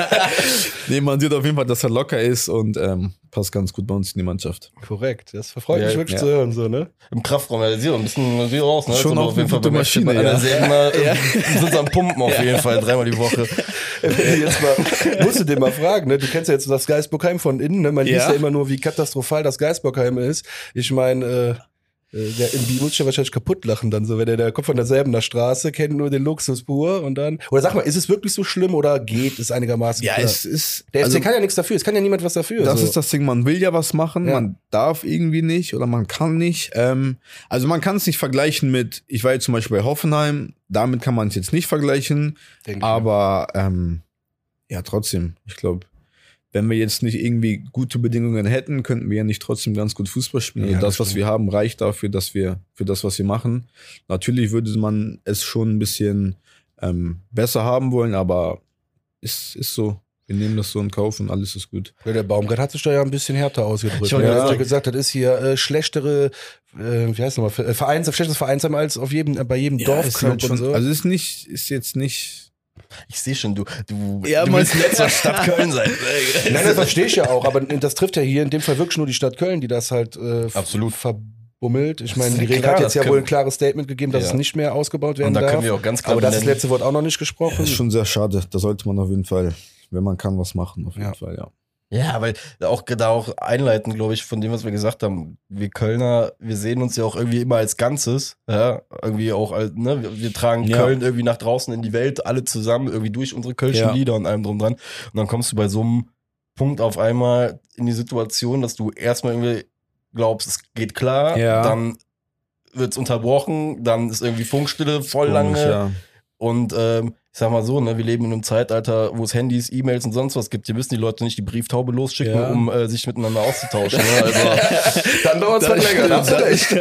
Nee, man sieht auf jeden Fall, dass er locker ist und ähm, passt ganz gut bei uns in die Mannschaft. Korrekt. Das freut Ja, mich wirklich ja. zu hören, so, ne? Im Kraftraum, ja, sieht auch ein bisschen sieht aus, ne? Schon Ist aber auch auf jeden eine Fall gute beim F C Maschine, Bayern ja. sehr immer, ja. sind sie am Pumpen auf jeden Fall, dreimal die Woche. Jetzt mal, musst du den mal fragen, ne? Du kennst ja jetzt das Geisbockheim von innen, ne? Man Ja. liest ja immer nur, wie katastrophal das Geisbockheim ist. Ich meine, äh, äh, der Imbi muss ja wahrscheinlich kaputt lachen dann so, wenn der, der kommt von derselben Straße, kennt nur den Luxus pur und dann, oder sag mal, ist es wirklich so schlimm oder geht es einigermaßen Ja, klar? es ist. Der F C also, kann ja nichts dafür, es kann ja niemand was dafür. das so. ist das Ding, man will ja was machen, Ja. man darf irgendwie nicht oder man kann nicht. Ähm, also man kann es nicht vergleichen mit, ich war jetzt zum Beispiel bei Hoffenheim, damit kann man es jetzt nicht vergleichen, Denk ich. aber ähm, ja, trotzdem, ich glaube, wenn wir jetzt nicht irgendwie gute Bedingungen hätten, könnten wir ja nicht trotzdem ganz gut Fußball spielen. Ja, Also das das, was stimmt. wir haben, reicht dafür, dass wir für das, was wir machen. Natürlich würde man es schon ein bisschen ähm, besser haben wollen, aber ist, ist so. Wir nehmen das so in Kauf und alles ist gut. Ja, der Baumgart hat sich da ja ein bisschen härter ausgedrückt. Ich wollte Er gerade hat ja sagen. gesagt, das ist hier äh, schlechtere, äh, wie heißt nochmal, Ver- Vereins, schlechtes Vereinsheim als auf jedem, äh, bei jedem ist Dorfclub halt schon, und so. Also ist nicht, ist jetzt nicht. Ich sehe schon, du, du, Ja, du man- willst jetzt zur Stadt Köln sein. Nein, das verstehe ich ja auch, aber das trifft ja hier in dem Fall wirklich nur die Stadt Köln, die das halt äh, Absolut. verbummelt. Ich meine, ist die ja Rega klar, hat das jetzt ja können- wohl ein klares Statement gegeben, dass Ja. es nicht mehr ausgebaut werden Und da darf. können wir auch ganz klar aber das ist das benennen. letzte Wort auch noch nicht gesprochen. Das ist schon sehr schade. Da sollte man auf jeden Fall, wenn man kann, was machen. Auf jeden Ja. Fall, ja. Ja, weil auch da auch einleiten, glaube ich, von dem, was wir gesagt haben. Wir Kölner, wir sehen uns ja auch irgendwie immer als Ganzes. Ja, irgendwie auch, als, ne, wir, wir tragen Ja. Köln irgendwie nach draußen in die Welt, alle zusammen, irgendwie durch unsere kölschen Ja. Lieder und allem drum dran. Und dann kommst du bei so einem Punkt auf einmal in die Situation, dass du erstmal irgendwie glaubst, es geht klar, Ja. dann wird's unterbrochen, dann ist irgendwie Funkstille voll Komisch, lange. ja. Und ähm, ich sag mal so, ne, wir leben in einem Zeitalter, wo es Handys, E-Mails und sonst was gibt. Hier müssen die Leute nicht die Brieftaube losschicken, Ja. um äh, sich miteinander auszutauschen. Ne? Also, Dann dauert es halt länger, da hast du recht.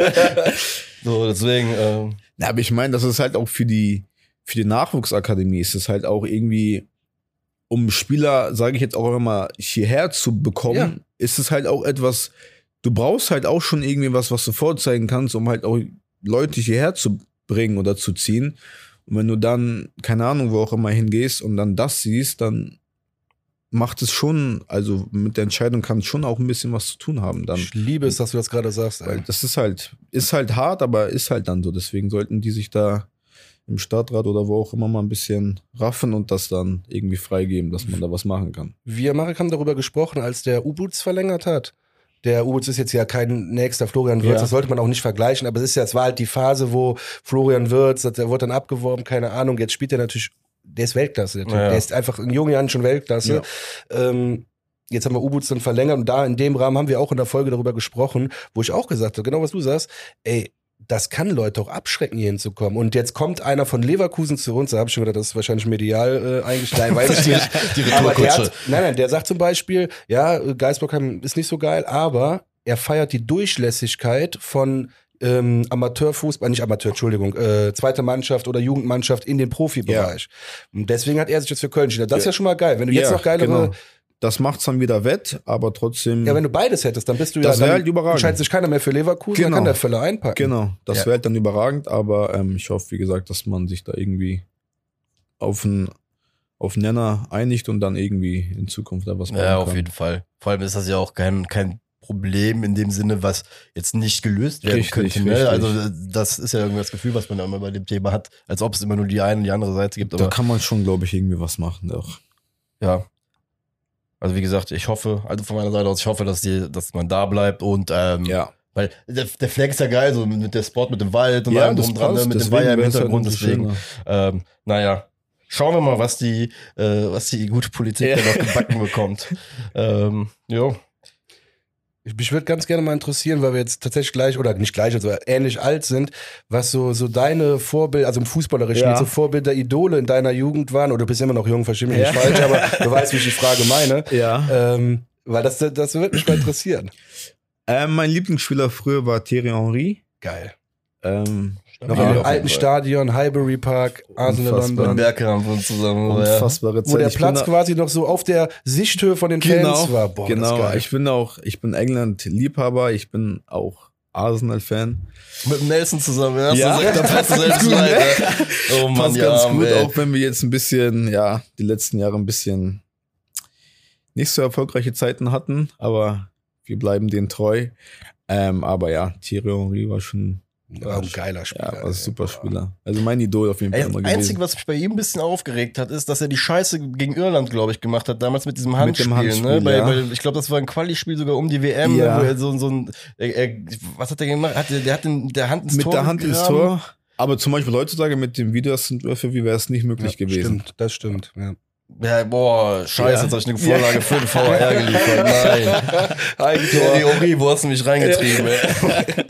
so, deswegen, ähm, Ja, aber ich meine, das ist halt auch für die, für die Nachwuchsakademie ist es halt auch irgendwie, um Spieler, sage ich jetzt auch immer mal, hierher zu bekommen, Ja. ist es halt auch etwas, du brauchst halt auch schon irgendwie was, was du vorzeigen kannst, um halt auch Leute hierher zu bringen oder zu ziehen. Und wenn du dann, keine Ahnung, wo auch immer hingehst und dann das siehst, dann macht es schon, also mit der Entscheidung kann es schon auch ein bisschen was zu tun haben dann. Ich liebe es, dass du das gerade sagst. Weil Ey. das ist halt, ist halt hart, aber ist halt dann so. Deswegen sollten die sich da im Stadtrat oder wo auch immer mal ein bisschen raffen und das dann irgendwie freigeben, dass man da was machen kann. Wir Marek haben darüber gesprochen, als der U-Boots verlängert hat. Der U-Boots ist jetzt ja kein nächster Florian Wirtz, Ja. das sollte man auch nicht vergleichen, aber es ist ja, es war halt die Phase, wo Florian Wirtz, der wurde dann abgeworben, keine Ahnung, jetzt spielt er natürlich, der ist Weltklasse, der, Typ. Ja. Der ist einfach in jungen Jahren schon Weltklasse. Ähm, jetzt haben wir U-Boots dann verlängert und da in dem Rahmen haben wir auch in der Folge darüber gesprochen, wo ich auch gesagt habe, genau was du sagst, ey, das kann Leute auch abschrecken, hier hinzukommen. Und jetzt kommt einer von Leverkusen zu uns, da habe ich schon gedacht, das ist wahrscheinlich medial äh, eigentlich, nein, weiß ich nicht. die Aber der Retourkutsche. hat, nein, nein, der sagt zum Beispiel, ja, Geisbockheim ist nicht so geil, aber er feiert die Durchlässigkeit von ähm, Amateurfußball, nicht Amateur, Entschuldigung, äh, zweite Mannschaft oder Jugendmannschaft in den Profibereich. Und deswegen hat er sich jetzt für Köln entschieden. Das ist ja schon mal geil. Wenn du jetzt Ja, noch geilere, genau. Das macht's dann wieder wett, aber trotzdem. ja, wenn du beides hättest, dann bist du Das ja, wär dann halt überragend. entscheidet sich keiner mehr für Leverkusen, dann Genau. kann der Völler einpacken. Genau, das Ja. wäre halt dann überragend, aber ähm, ich hoffe, wie gesagt, dass man sich da irgendwie auf einen auf einen Nenner einigt und dann irgendwie in Zukunft da was machen Ja, kann. auf jeden Fall. Vor allem ist das ja auch kein, kein Problem in dem Sinne, was jetzt nicht gelöst werden Richtig, könnte. Ne? richtig. Also das ist ja irgendwie das Gefühl, was man ja immer bei dem Thema hat, als ob es immer nur die eine und die andere Seite gibt. Da Aber kann man schon, glaube ich, irgendwie was machen. Auch. ja. Also wie gesagt, ich hoffe, also von meiner Seite aus, ich hoffe, dass die, dass man da bleibt und ähm, Ja. weil der, der Flag ist ja geil, so mit der Sport, mit dem Wald und Ja, allem das drum dran, ne, passt, mit dem deswegen Weiher im wär's halt Hintergrund, umso deswegen. schöner. Ähm, naja, schauen wir mal, was die, äh, was die gute Politik Ja. da noch gebacken bekommt. ähm, jo. Ich- Mich würde ganz gerne mal interessieren, weil wir jetzt tatsächlich gleich, oder nicht gleich, also ähnlich alt sind, was so, so deine Vorbilder, also im Fußballerischen, Ja. so Vorbilder, Idole in deiner Jugend waren, oder du bist immer noch jung, versteh mich Ja. nicht falsch, aber du weißt, wie ich die Frage meine. Ja. Ähm, weil das, das würde mich mal interessieren. Ähm, mein Lieblingsspieler früher war Thierry Henry. Geil. Ähm, Noch Ja, in dem auf alten jeden Fall. Stadion, Highbury Park, Arsenal Unfassbar. London. Bergkamp und zusammen. Ja. unfassbare Zeit. Wo der Ich bin Platz da- quasi noch so auf der Sichthöhe von den genau, Fans war. Boah, das genau. ist geil. Ich bin auch, ich bin England-Liebhaber, ich bin auch Arsenal-Fan. Mit dem Nelson zusammen. Ja, Ja, ja, da passt du selbst gut, rein. ne? Ja. Oh Mann, Passt ja, ganz gut, ey. auch wenn wir jetzt ein bisschen, ja, die letzten Jahre ein bisschen nicht so erfolgreiche Zeiten hatten, aber wir bleiben denen treu. Ähm, aber ja, Thierry Henry war schon War ein geiler Spieler. ja, war ein ey. super Spieler. Also mein Idol auf jeden Fall Ey, immer das gewesen. Einzige, was mich bei ihm ein bisschen aufgeregt hat, ist, dass er die Scheiße gegen Irland, glaube ich, gemacht hat, damals mit diesem Handspiel. dem Handspiel, ne? bei, ja. bei, ich glaube, das war ein Quali-Spiel sogar um die W M, Ja. wo er so, so ein, er, er, was hat er gemacht? Hat er, der hat den, der Hand ins Mit Tor der Hand ins gegraben. Tor. Aber zum Beispiel heutzutage mit dem Videoentwürfe, wie wäre es nicht möglich Ja, gewesen. Stimmt, das stimmt. Ja. Ja, boah, scheiße, Ja. jetzt habe ich eine Vorlage für den V R geliefert. Nein. Thierry Henry, wo hast du mich reingetrieben? ey?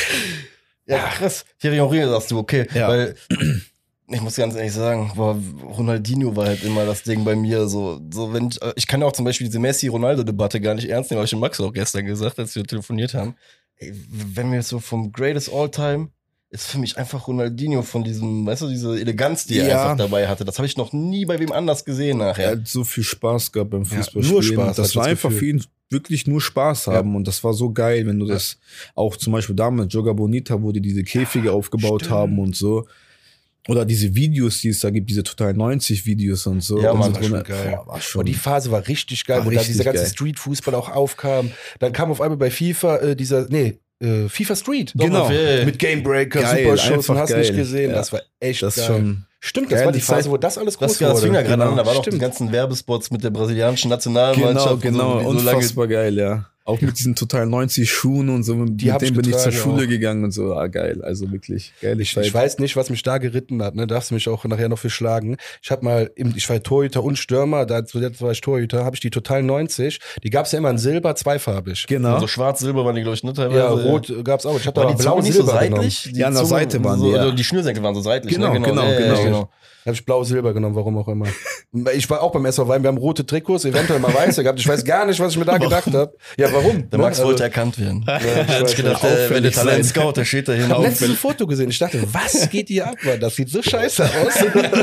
Ja, krass. Thierry Henry, sagst du, okay. Ja. Weil, ich muss ganz ehrlich sagen, boah, Ronaldinho war halt immer das Ding bei mir. So, so wenn ich, ich kann auch zum Beispiel diese Messi-Ronaldo-Debatte gar nicht ernst nehmen, habe ich dem Max auch gestern gesagt, als wir telefoniert haben. Ey, wenn wir so vom Greatest All-Time ist für mich einfach Ronaldinho von diesem, weißt du, diese Eleganz, die er Ja. einfach dabei hatte. Das habe ich noch nie bei wem anders gesehen Er nachher. hat so viel Spaß gehabt beim Ja, Fußballspielen. nur Spaß, hatte das ich war das einfach Gefühl. für ihn wirklich nur Spaß haben. Und das war so geil, wenn du Ja. das auch zum Beispiel damals Joga Bonita, wo die diese Käfige aufgebaut stimmt. haben und so. Oder diese Videos, die es da gibt, diese Total neunzig Videos und so. Ja, und Mann, so war schon Boah, geil. war schon. Und die Phase war richtig geil, War wo da richtig dieser ganze geil. Street-Fußball auch aufkam. Dann kam auf einmal bei FIFA äh, dieser, nee, äh, FIFA Street. Genau. Ey. Mit Gamebreaker, Geil, Super Shows einfach und hast geil. nicht gesehen. Ja. Das war echt das geil. schon. Stimmt, das geil, war die die Phase, Zeit- wo das alles groß Das, das fing ja gerade Genau. an, da waren auch die Stimmt. ganzen Werbespots mit der brasilianischen Nationalmannschaft. Genau, genau. so, die so lange, Unfassbar geil, ja. Auch mit diesen Total neunzig Schuhen und so. Mit Die hab denen ich bin ich zur getragen Schule auch. gegangen und so. Ah, geil. Also wirklich geile Ich, Zeit. ich weiß nicht, was mich da geritten hat, ne? Darfst du mich auch nachher noch für schlagen. Ich habe mal, im, ich war Torhüter und Stürmer, da zuletzt war ich Torhüter, habe ich die Total neunzig. Die gab's ja immer in Silber, zweifarbig. Genau. so schwarz-silber waren die, glaube ich, ne, teilweise. Ja, rot äh, gab's auch. Ich hatte Waren aber die blau Zunge und nicht so Silber genommen. seitlich? Die Ja, an der Zunge- Seite waren so, die, ja. also die Schnürsenkel waren so seitlich. Genau, ne? genau, ja, genau. Ja, Da habe ich blau-silber genommen, warum auch immer. Ich war auch beim S V Wein, wir haben rote Trikots, eventuell mal weiße gehabt. Ich weiß gar nicht, was ich mir da gedacht habe. Ja, warum? Der Max Ne? wollte erkannt werden. Ja, Er hat weiß sich gedacht, nicht. äh, wenn der Auffällig sein. Talent-Scout, der steht da Ich hin. habe letztens ein Foto gesehen. Ich dachte, was geht hier ab, Mann? Das sieht so scheiße aus.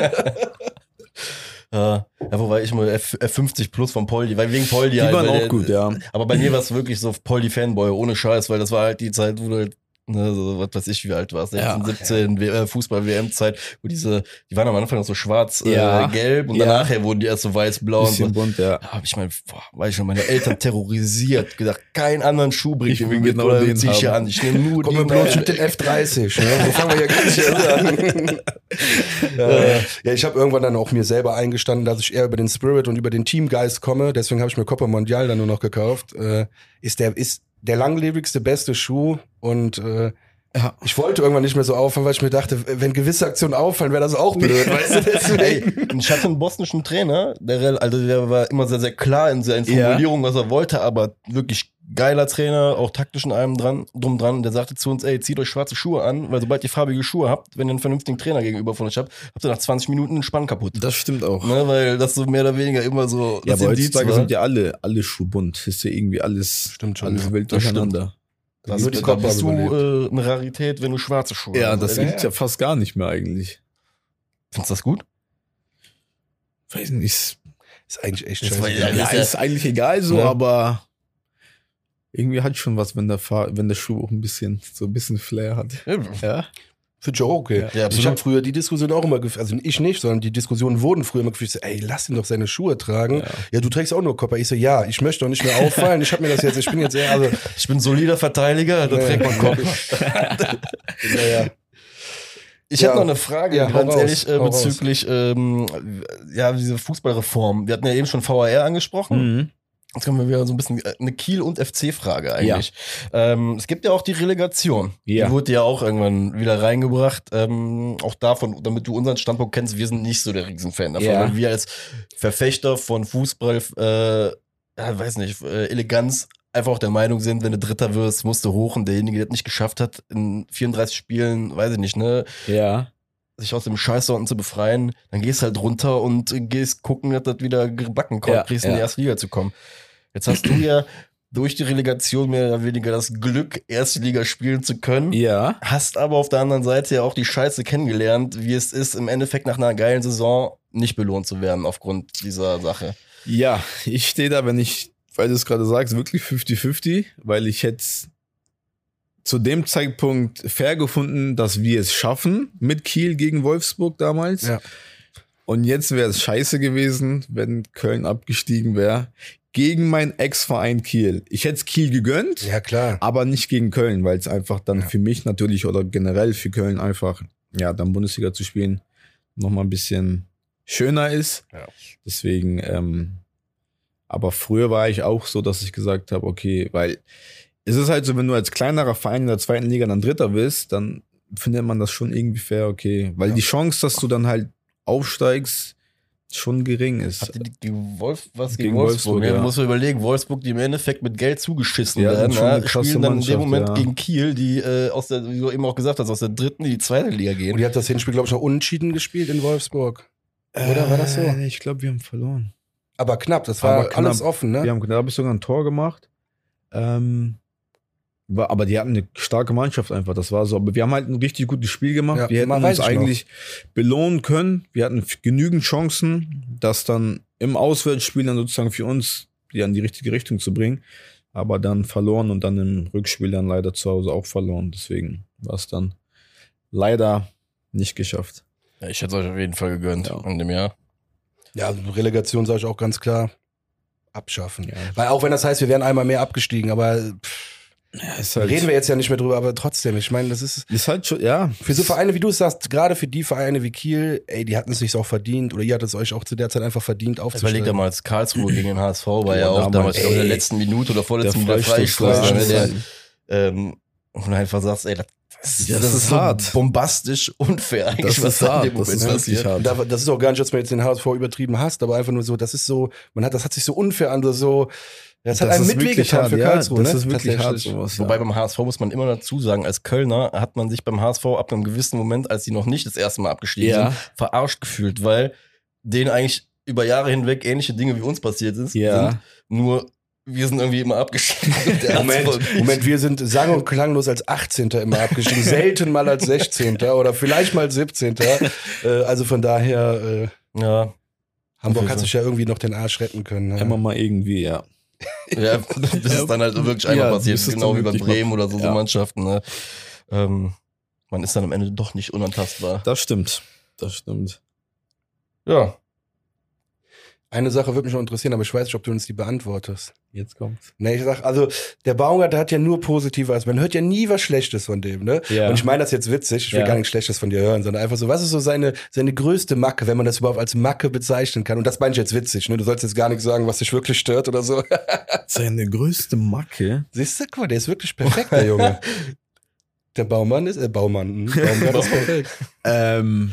Ja, ja, wobei ich mal F fünfzig plus von Poldi, weil wegen Poldi Die halt. waren weil auch der- gut, ja. Aber bei mir war es wirklich so Poldi-Fanboy, ohne Scheiß, weil das war halt die Zeit, wo du halt, ne, so, was weiß ich, wie alt warst, sechzehn, Ja. siebzehn, W- äh, Fußball-W M-Zeit, wo diese, die waren am Anfang noch so schwarz, Ja. äh, gelb und Ja. dann nachher wurden die erst so weiß-blau und so. Bisschen bunt, ja. Da habe ich mein, boah, war ich schon meine Eltern terrorisiert, gedacht, keinen anderen Schuh bringt Ich ihr will mir mit, genau oder den zieh ich hier haben. an. Ich nehme nur Komm mir den. bloß mit den F dreißig. Ne? So fangen wir ja ganz hier an. äh, ja, ich habe irgendwann dann auch mir selber eingestanden, dass ich eher über den Spirit und über den Teamgeist komme. Deswegen habe ich mir Copa Mondial dann nur noch gekauft. Äh, ist der ist der langlebigste, beste Schuh und äh, Ja. ich wollte irgendwann nicht mehr so auffallen, weil ich mir dachte, wenn gewisse Aktionen auffallen, wäre das auch blöd, weißt du? Ey, Deswegen. ich hatte einen bosnischen Trainer, der, rel- also der war immer sehr, sehr klar in seinen Ja. Formulierungen, was er wollte, aber wirklich geiler Trainer, auch taktisch in allem dran, drum dran. Der sagte zu uns, ey, zieht euch schwarze Schuhe an, weil sobald ihr farbige Schuhe habt, wenn ihr einen vernünftigen Trainer gegenüber von euch habt, habt ihr nach zwanzig Minuten einen Spann kaputt. Das stimmt auch. Ne, weil das so mehr oder weniger immer so Ja, das aber Indiz heutzutage war. sind ja alle, alle Schuhe bunt. Ist ja irgendwie alles, Stimmt schon, alles ja. wild Das stimmt. durcheinander. Das Nur ist, die da Copa bist du überlebt. äh, eine Rarität, wenn du schwarze Schuhe Ja, hast. das Ey, gibt's ja fast gar nicht mehr eigentlich. Findest du das gut? Weiß nicht. Ist eigentlich echt Das scheiße. war Ja, Ja, ist ja- ist eigentlich egal so, Ja. aber irgendwie hat schon was, wenn der, Fahr wenn der Schuh auch ein bisschen, so ein bisschen Flair hat. Ja. Für Joe okay. Ja, absolut. Ich habe früher die Diskussion auch immer geführt, also ich nicht, sondern die Diskussionen wurden früher immer geführt, so, ey, lass ihn doch seine Schuhe tragen. Ja, Ja. du trägst auch nur Kopper. Ich so, ja, ich möchte doch nicht mehr auffallen. Ich habe mir das jetzt, ich bin jetzt eher, also, Ich bin solider Verteidiger, da Ja. trägt man Kopf. naja. Ich Ja. hätte noch eine Frage, Ja, hau ganz raus, ehrlich, äh, hau raus. bezüglich ähm, ja, diese Fußballreform. Wir hatten ja eben schon V A R angesprochen. Mhm. Jetzt kommen wir wieder so ein bisschen äh, eine Kiel- und F C-Frage eigentlich. Ähm, es gibt ja auch die Relegation. Ja. Die wurde ja auch irgendwann wieder reingebracht. Ähm, auch davon, damit du unseren Standpunkt kennst, wir sind nicht so der Riesenfan davon. Ja. Weil wir als Verfechter von Fußball, äh, ja, weiß nicht, äh, Eleganz einfach auch der Meinung sind, wenn du Dritter wirst, musst du hoch und derjenige, der das nicht geschafft hat, in vierunddreißig Spielen, weiß ich nicht, ne, Ja. sich aus dem Scheiß da unten zu befreien, dann gehst halt runter und gehst gucken, dass das wieder gebacken kommt, Ja, kriegst in die ja. erste Liga zu kommen. Jetzt hast du ja durch die Relegation mehr oder weniger das Glück, erste Liga spielen zu können. Ja. Hast aber auf der anderen Seite ja auch die Scheiße kennengelernt, wie es ist, im Endeffekt nach einer geilen Saison nicht belohnt zu werden aufgrund dieser Sache. Ja, ich stehe da, wenn ich, weil du es gerade sagst, wirklich fünfzig fünfzig, weil ich hätte zu dem Zeitpunkt fair gefunden, dass wir es schaffen mit Kiel gegen Wolfsburg damals. Ja. Und jetzt wäre es scheiße gewesen, wenn Köln abgestiegen wäre. Gegen meinen Ex-Verein Kiel. Ich hätte es Kiel gegönnt, Ja, klar. aber nicht gegen Köln, weil es einfach dann Ja. für mich natürlich oder generell für Köln einfach, ja, dann Bundesliga zu spielen, nochmal ein bisschen schöner ist. Ja. Deswegen, ähm, aber früher war ich auch so, dass ich gesagt habe, okay, weil es ist halt so, wenn du als kleinerer Verein in der zweiten Liga dann Dritter bist, dann findet man das schon irgendwie fair, okay. Weil Ja. die Chance, dass du dann halt aufsteigst, schon gering ist. Habt ihr die, die Wolf, was gegen, Gegen Wolfsburg? Wolfsburg, ja. ja. Muss man überlegen, Wolfsburg, die im Endeffekt mit Geld zugeschissen Ja, werden, sind schon ja, eine krasse spielen dann in dem Mannschaft, Moment ja. gegen Kiel, die äh, aus der, wie du eben auch gesagt hast, aus der dritten in die zweite Liga Und gehen. die hat das Hinspiel, glaube ich, auch unentschieden gespielt in Wolfsburg. Oder war das so? Äh, Ich glaube, wir haben verloren. Aber knapp, das war Aber knapp. alles offen, ne? Wir haben da habe ich sogar ein Tor gemacht. Ähm, war, aber die hatten eine starke Mannschaft einfach. Das war so. Aber wir haben halt ein richtig gutes Spiel gemacht. Ja, wir hätten man weiß uns ich noch. eigentlich belohnen können. Wir hatten f- genügend Chancen, das dann im Auswärtsspiel dann sozusagen für uns ja, in die richtige Richtung zu bringen. Aber dann verloren und dann im Rückspiel dann leider zu Hause auch verloren. Deswegen war es dann leider nicht geschafft. Ja, ich hätte es euch auf jeden Fall gegönnt Ja. in dem Jahr. Ja, also Relegation sage ich auch ganz klar abschaffen. Ja. Weil auch wenn das heißt, wir wären einmal mehr abgestiegen, aber pff, Ja, ist halt, reden wir jetzt ja nicht mehr drüber, aber trotzdem, ich meine, das ist ist halt schon, ja. für so Vereine, wie du es sagst, gerade für die Vereine wie Kiel, ey, die hatten es sich auch verdient oder ihr hattet es euch auch zu der Zeit einfach verdient Überleg aufzusteigen. dir mal, als Karlsruhe gegen den H S V war ja, Ja, auch damals damals, ich glaube, in der ey. letzten Minute oder vorletzten Der Minute der Freistoß, Freistoß. ja. Ne, der, ähm, und du einfach sagst, ey, das, das, Ja, das das ist ist so hart. bombastisch unfair eigentlich, Das was ist da in hart, dem das Moment ist wirklich passiert. hart. Und da, das ist auch gar nicht, dass man jetzt den H S V übertrieben hasst, aber einfach nur so, das ist so, man hat, das hat sich so unfair an, so, das hat Das einem ist mit wirklich wehgetan hart, für ja, Karlsruhe, das ne? ist wirklich hart, Tatsächlich. sowas. Wobei ja. beim H S V muss man immer dazu sagen, als Kölner hat man sich beim H S V ab einem gewissen Moment, als die noch nicht das erste Mal abgestiegen Ja. sind, verarscht gefühlt, weil denen eigentlich über Jahre hinweg ähnliche Dinge wie uns passiert ist, Ja. sind. Nur wir sind irgendwie immer abgestiegen. Der Moment, H S V nicht. Moment, wir sind sang- und klanglos als achtzehnter immer abgestiegen, selten mal als sechzehnter oder vielleicht mal siebzehnter Äh, also von daher, äh, Ja, Hamburg Okay, hat so. sich ja irgendwie noch den Arsch retten können. Ne? Immer mal irgendwie, ja. ja, bis es dann halt wirklich einmal Ja, passiert, bis es genau dann wie bei wirklich Bremen mal- oder so, so ja. Mannschaften. Ne? Ähm, man ist dann am Ende doch nicht unantastbar. Das stimmt. Das stimmt. Ja. Eine Sache würde mich noch interessieren, aber ich weiß nicht, ob du uns die beantwortest. Jetzt kommt's. Ne, ich sag, also der Baumgart, der hat ja nur positive, also man hört ja nie was Schlechtes von dem, ne? Ja. Und ich meine das jetzt witzig, ich will Ja. gar nichts Schlechtes von dir hören, sondern einfach so, was ist so seine, seine größte Macke, wenn man das überhaupt als Macke bezeichnen kann? Und das meine ich jetzt witzig, ne? Du sollst jetzt gar nichts sagen, was dich wirklich stört oder so. Seine größte Macke. Siehst du, guck mal, der ist wirklich perfekt, der Junge. Der Baumann ist, äh, Baumann, hm, Baumgart ist perfekt. Ähm.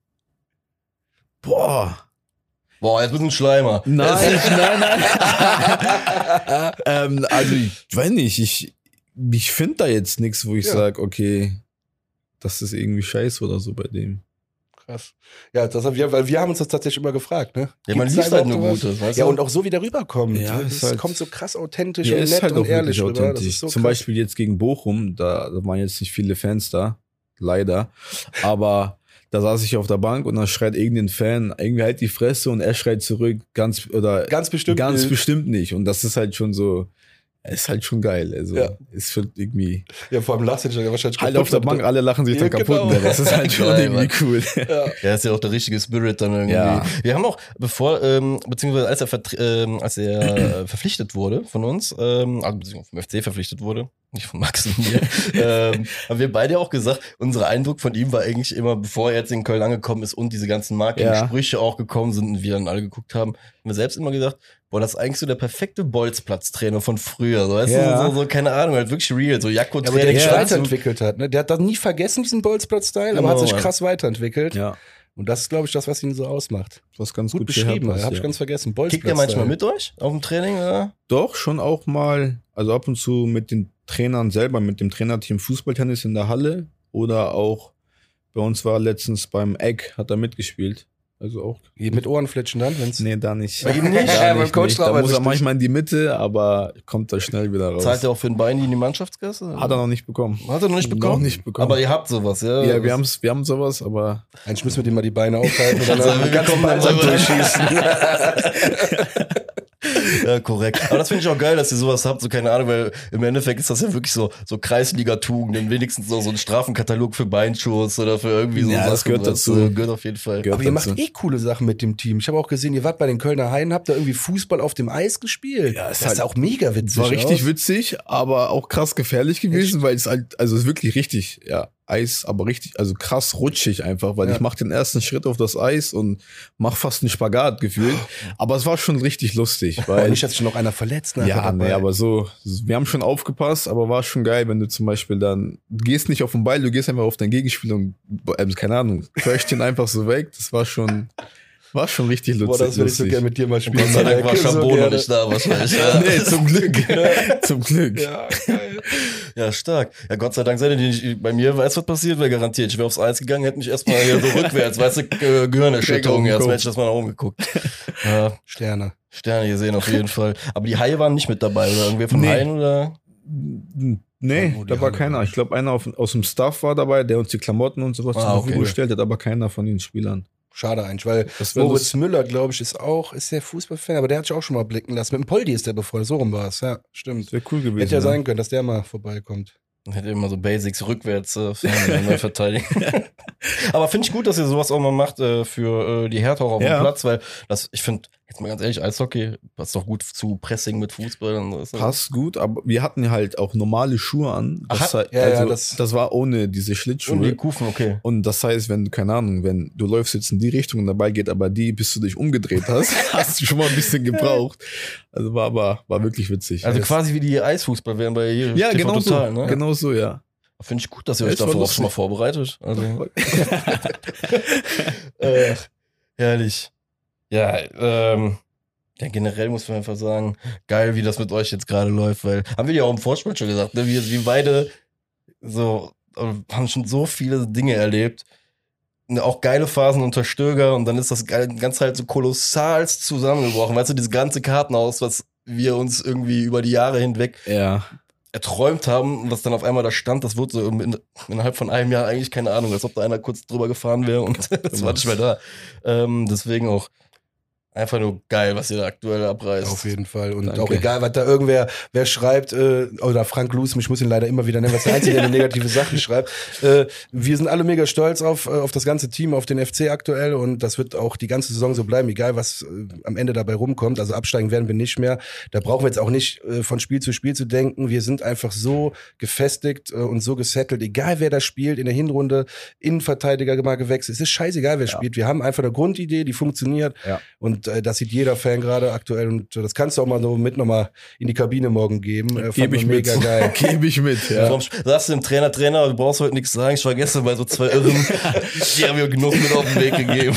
Boah. Boah, jetzt bist du ein Schleimer. Nein, nein, nein. ähm, also, ich weiß nicht, ich, ich finde da jetzt nichts, wo ich Ja. sage, okay, das ist irgendwie scheiße oder so bei dem. Krass. Ja, das haben wir, weil wir haben uns das tatsächlich immer gefragt, ne? Ja, man Gibt's liest da halt nur überhaupt Gutes, sowas? weißt Ja, du? und auch so, wie der rüberkommt. Ja, das ist halt- kommt so krass authentisch Ja, und ist nett halt und auch ehrlich wirklich rüber. Das authentisch. ist so Zum krass. Beispiel jetzt gegen Bochum, da, da waren jetzt nicht viele Fans da, leider. Aber da saß ich auf der Bank und dann schreit irgendein Fan irgendwie halt die Fresse und er schreit zurück, ganz oder Ganz bestimmt ganz nicht. bestimmt nicht. Und das ist halt schon so, ist halt schon geil. Also Ja. ist schon irgendwie Ja, vor allem lacht sich ja wahrscheinlich halt auf der Bank, alle lachen sich Ja, dann kaputt. genau. Ne? Das ist halt schon Geil, irgendwie Mann. cool. Ja. Ja, ist ja auch der richtige Spirit dann irgendwie. Ja. Wir haben auch, bevor, ähm, beziehungsweise als er, vertr- ähm, als er äh, verpflichtet wurde von uns, ähm, also beziehungsweise vom F C verpflichtet wurde, nicht von Max und mir, ähm, haben wir beide auch gesagt, unser Eindruck von ihm war eigentlich immer, bevor er jetzt in Köln angekommen ist und diese ganzen markigen Ja. Sprüche auch gekommen sind und wir dann alle geguckt haben, haben wir selbst immer gesagt, boah, das ist eigentlich so der perfekte Bolzplatztrainer von früher, so, weißt Ja. du, so, so, keine Ahnung, halt wirklich real, so Ja, aber der Jakko-Training, sich Ja. weiterentwickelt hat. Ne? Der hat das nie vergessen, diesen Bolzplatz-Style, aber Genau, hat sich Mann. krass weiterentwickelt. Ja, Und das ist, glaube ich, das, was ihn so ausmacht. was ganz Gut, gut, beschrieben, gehört hast, habe ich ja. ganz vergessen. Kickt ihr manchmal mit euch auf dem Training, oder? Doch, schon auch mal, also ab und zu mit den Trainern selber, mit dem Trainerteam Fußballtennis in der Halle oder auch bei uns war letztens beim Egg, hat er mitgespielt. Also auch. Mit Ohrenflitschen dann, wenn's. Nee, da nicht. Bei ihm nicht? Da Ja, nicht, beim Coach nicht. Da aber muss er bestimmt. manchmal in die Mitte, aber kommt da schnell wieder raus. Zahlt er auch für ein Bein in die Mannschaftskasse? Hat er noch nicht bekommen. Hat er noch nicht bekommen? Noch nicht bekommen. Aber ihr habt sowas, ja? Ja, wir, haben's, wir haben sowas, aber Eigentlich müssen wir dem mal die Beine aufhalten und dann Also, den wir ganzen kommen Ball dann so- durchschießen. Ja, korrekt. Aber das finde ich auch geil, dass ihr sowas habt, so keine Ahnung, weil im Endeffekt ist das ja wirklich so, so Kreisliga-Tugenden, wenigstens so, so ein Strafenkatalog für Beinschuss oder für irgendwie so Ja, das gehört das, dazu. äh, Gehört auf jeden Fall. Gehört Aber ihr dazu. macht eh coole Sachen mit dem Team. Ich habe auch gesehen, ihr wart bei den Kölner Haien, habt da irgendwie Fußball auf dem Eis gespielt. Ja, ist das halt- ist auch mega witzig. Es war richtig aus. witzig, aber auch krass gefährlich gewesen, weil es halt, also es ist wirklich richtig, ja, Eis, aber richtig, also krass rutschig einfach, weil Ja. ich mache den ersten Schritt auf das Eis und mach fast einen Spagat gefühlt. Aber es war schon richtig lustig, Aber weil nicht, dass sich noch einer verletzt. nachher ja, dabei. nee, aber so, wir haben schon aufgepasst, aber war schon geil, wenn du zum Beispiel dann, du gehst nicht auf den Ball, du gehst einfach auf dein Gegenspieler und, äh, keine Ahnung, crasht ihn einfach so weg. Das war schon, war schon richtig lustig. Boah, das würde ich so lustig. gerne mit dir mal spielen. Gott sei Dank war So Schabon noch gerne. nicht da wahrscheinlich. Ja. Nee, zum Glück. Zum Glück. Ja, geil. Ja, stark. Ja, Gott sei Dank seid ihr nicht bei mir, weiß was passiert, wäre garantiert. Ich wäre aufs Eis gegangen, hätte mich erstmal hier so rückwärts, weißt du, Ge- Gehirnerschütterung, Direkt auf den erst hätte ich das mal nach oben geguckt. Ja, Sterne. Sterne gesehen auf jeden Fall. Aber die Haie waren nicht mit dabei, oder irgendwer von Nee. Haien, oder? Nee, Wo die da war Halle keiner. war. Ich glaube, einer auf, aus dem Staff war dabei, der uns die Klamotten und sowas Ah, zur Verfügung okay. gestellt hat, aber keiner von den Spielern. Schade eigentlich, weil Das wär Moritz lust- Müller, glaube ich, ist auch, ist der Fußballfan, aber der hat sich auch schon mal blicken lassen. Mit dem Poldi ist der befreundet, so rum war es, ja, stimmt. Das wäre cool gewesen. Hätte ja ja. sein können, dass der mal vorbeikommt. Hätte immer so Basics rückwärts äh, fahren, mal verteidigen. Aber finde ich gut, dass ihr sowas auch mal macht äh, für äh, die Härte auch auf Ja. dem Platz, weil das, ich finde, jetzt mal ganz ehrlich, Eishockey passt doch gut zu Pressing mit Fußball. Und so. Passt gut, aber wir hatten halt auch normale Schuhe an. Das, Aha, heißt, ja, ja, also, das- das, war ohne diese Schlittschuhe. Und die Kufen, okay. Und das heißt, wenn du, keine Ahnung, wenn du läufst jetzt in die Richtung und dabei geht aber die, bis du dich umgedreht hast, hast du schon mal ein bisschen gebraucht. Also war aber, war wirklich witzig. Also Ja, quasi wie die Eisfußball wären bei hier ja, T V genau Total, so. ne? Genau so, ja. Finde ich gut, dass ihr Ja, euch ist voll dafür auch lustig. schon mal vorbereitet. Also, äh, herrlich. Ja, ähm, ja, generell muss man einfach sagen, geil, wie das mit euch jetzt gerade läuft, weil, haben wir ja auch im Vorspiel schon gesagt, ne, wir, wir beide so, äh, haben schon so viele Dinge erlebt. Ne, auch geile Phasen unter Stöger und dann ist das Ganze halt so kolossal zusammengebrochen. Weißt du, dieses ganze Kartenhaus, was wir uns irgendwie über die Jahre hinweg Ja. erträumt haben, was dann auf einmal da stand, das wurde so in, innerhalb von einem Jahr eigentlich keine Ahnung, als ob da einer kurz drüber gefahren wäre und das war nicht mehr da. Ähm, deswegen auch einfach nur geil, was ihr da aktuell abreißt. Auf jeden Fall. Und Danke. auch egal, was da irgendwer wer schreibt, äh, oder Frank Lusem, ich muss ihn leider immer wieder nennen, was der Einzige, der eine negative Sachen schreibt. Äh, wir sind alle mega stolz auf, äh, auf das ganze Team, auf den F C aktuell und das wird auch die ganze Saison so bleiben, egal was äh, am Ende dabei rumkommt. Also absteigen werden wir nicht mehr. Da brauchen wir jetzt auch nicht äh, von Spiel zu Spiel zu denken. Wir sind einfach so gefestigt äh, und so gesettelt, egal wer da spielt, in der Hinrunde Innenverteidiger mal gewechselt. Es ist scheißegal, wer spielt. Wir haben einfach eine Grundidee, die funktioniert. Ja. Und äh, das sieht jeder Fan gerade aktuell und äh, das kannst du auch mal so mit nochmal in die Kabine morgen geben. Äh, fand Gebe ich man mit. mega geil. Gebe ich mit, Ja. ja. Warum sagst du dem Trainer, Trainer, du brauchst heute nichts sagen, ich war gestern bei so zwei Irren, die haben mir genug mit auf den Weg gegeben.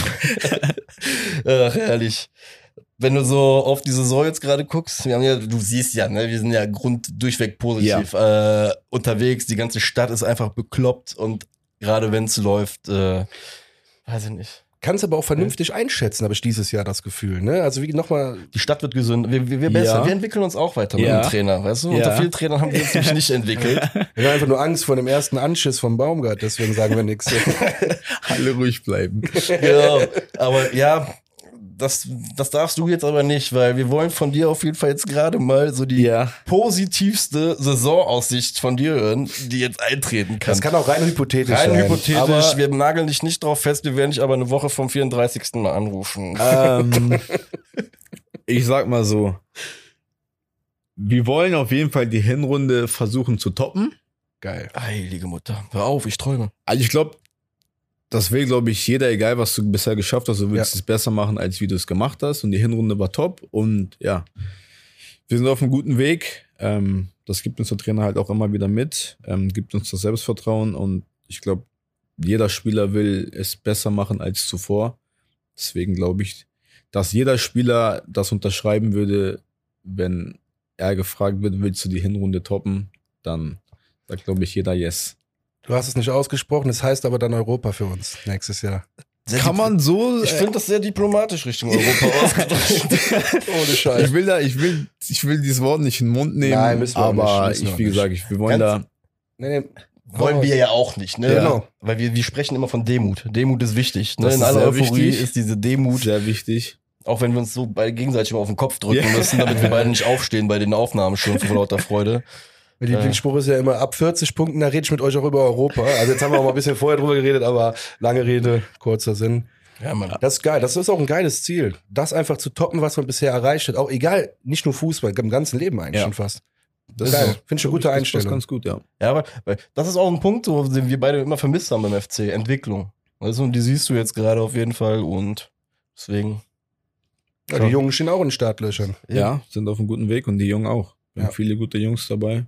Ach, herrlich. Wenn du so auf die Saison jetzt gerade guckst, wir haben ja, du siehst ja, ne, wir sind ja grund durchweg positiv äh, unterwegs, die ganze Stadt ist einfach bekloppt und gerade wenn es läuft, äh, weiß ich nicht. Kannst aber auch vernünftig einschätzen, habe ich dieses Jahr das Gefühl. Ne? Also wie nochmal, Die Stadt wird gesund, wir, wir, wir besser, Ja. wir entwickeln uns auch weiter mit Ja. dem Trainer, weißt du? Ja. Unter vielen Trainern haben wir uns nämlich nicht entwickelt. wir haben einfach nur Angst vor dem ersten Anschiss vom Baumgart, deswegen sagen wir nichts. Alle ruhig bleiben. Genau. Aber ja, das, das darfst du jetzt aber nicht, weil wir wollen von dir auf jeden Fall jetzt gerade mal so die Ja. positivste Saisonaussicht von dir hören, die jetzt eintreten kann. Das kann auch rein hypothetisch Rein sein. hypothetisch, Aber wir nageln dich nicht drauf fest, wir werden dich aber eine Woche vom vierunddreißigsten Mal anrufen. Ähm, ich sag mal so, wir wollen auf jeden Fall die Hinrunde versuchen zu toppen. geil. Heilige Mutter, hör auf, ich träume. Also ich glaube, das will, glaube ich, jeder, egal was du bisher geschafft hast, du willst Ja. es besser machen, als wie du es gemacht hast. Und die Hinrunde war top. Und ja, wir sind auf einem guten Weg. Ähm, das gibt uns der Trainer halt auch immer wieder mit, ähm, gibt uns das Selbstvertrauen. Und ich glaube, jeder Spieler will es besser machen als zuvor. Deswegen glaube ich, dass jeder Spieler das unterschreiben würde, wenn er gefragt wird, willst du die Hinrunde toppen, dann sagt, glaube ich, jeder yes. Du hast es nicht ausgesprochen, es heißt aber dann Europa für uns nächstes Jahr. Sehr Kann dip- man so. Ich finde das sehr diplomatisch Richtung Europa ausgedrückt. Ohne Scheiß. Ich will da, ich will, ich will dieses Wort nicht in den Mund nehmen. Nein, müssen wir auch aber nicht, müssen wir ich, auch wie nicht. gesagt, ich, wir wollen Ganz- da. Nee, nee. Wollen wir ja auch nicht, ne? Ja. Genau. Weil wir, wir sprechen immer von Demut. Demut ist wichtig. Ne? Das In ist aller sehr Euphorie wichtig. ist diese Demut, Sehr wichtig. auch wenn wir uns so beide gegenseitig immer auf den Kopf drücken Ja. müssen, damit wir beide nicht aufstehen bei den Aufnahmen schon vor lauter Freude. Mein Lieblingsspruch ist ja immer, ab vierzig Punkten, da rede ich mit euch auch über Europa. Also jetzt haben wir auch mal ein bisschen vorher drüber geredet, aber lange Rede, kurzer Sinn. Ja, Mann. Das ist geil, das ist auch ein geiles Ziel. Das einfach zu toppen, was man bisher erreicht hat. Auch egal, nicht nur Fußball, im ganzen Leben eigentlich Ja. schon fast. Das Geil, ist- finde ich eine gute das passt Einstellung. ganz gut, ja. Ja, aber weil das ist auch ein Punkt, so, den wir beide immer vermisst haben beim F C. Entwicklung. Weißt du, und die siehst du jetzt gerade auf jeden Fall und deswegen. Ja, die Jungen stehen auch in den Startlöchern. Ja, sind auf einem guten Weg und die Jungen auch. Wir Ja. haben viele gute Jungs dabei.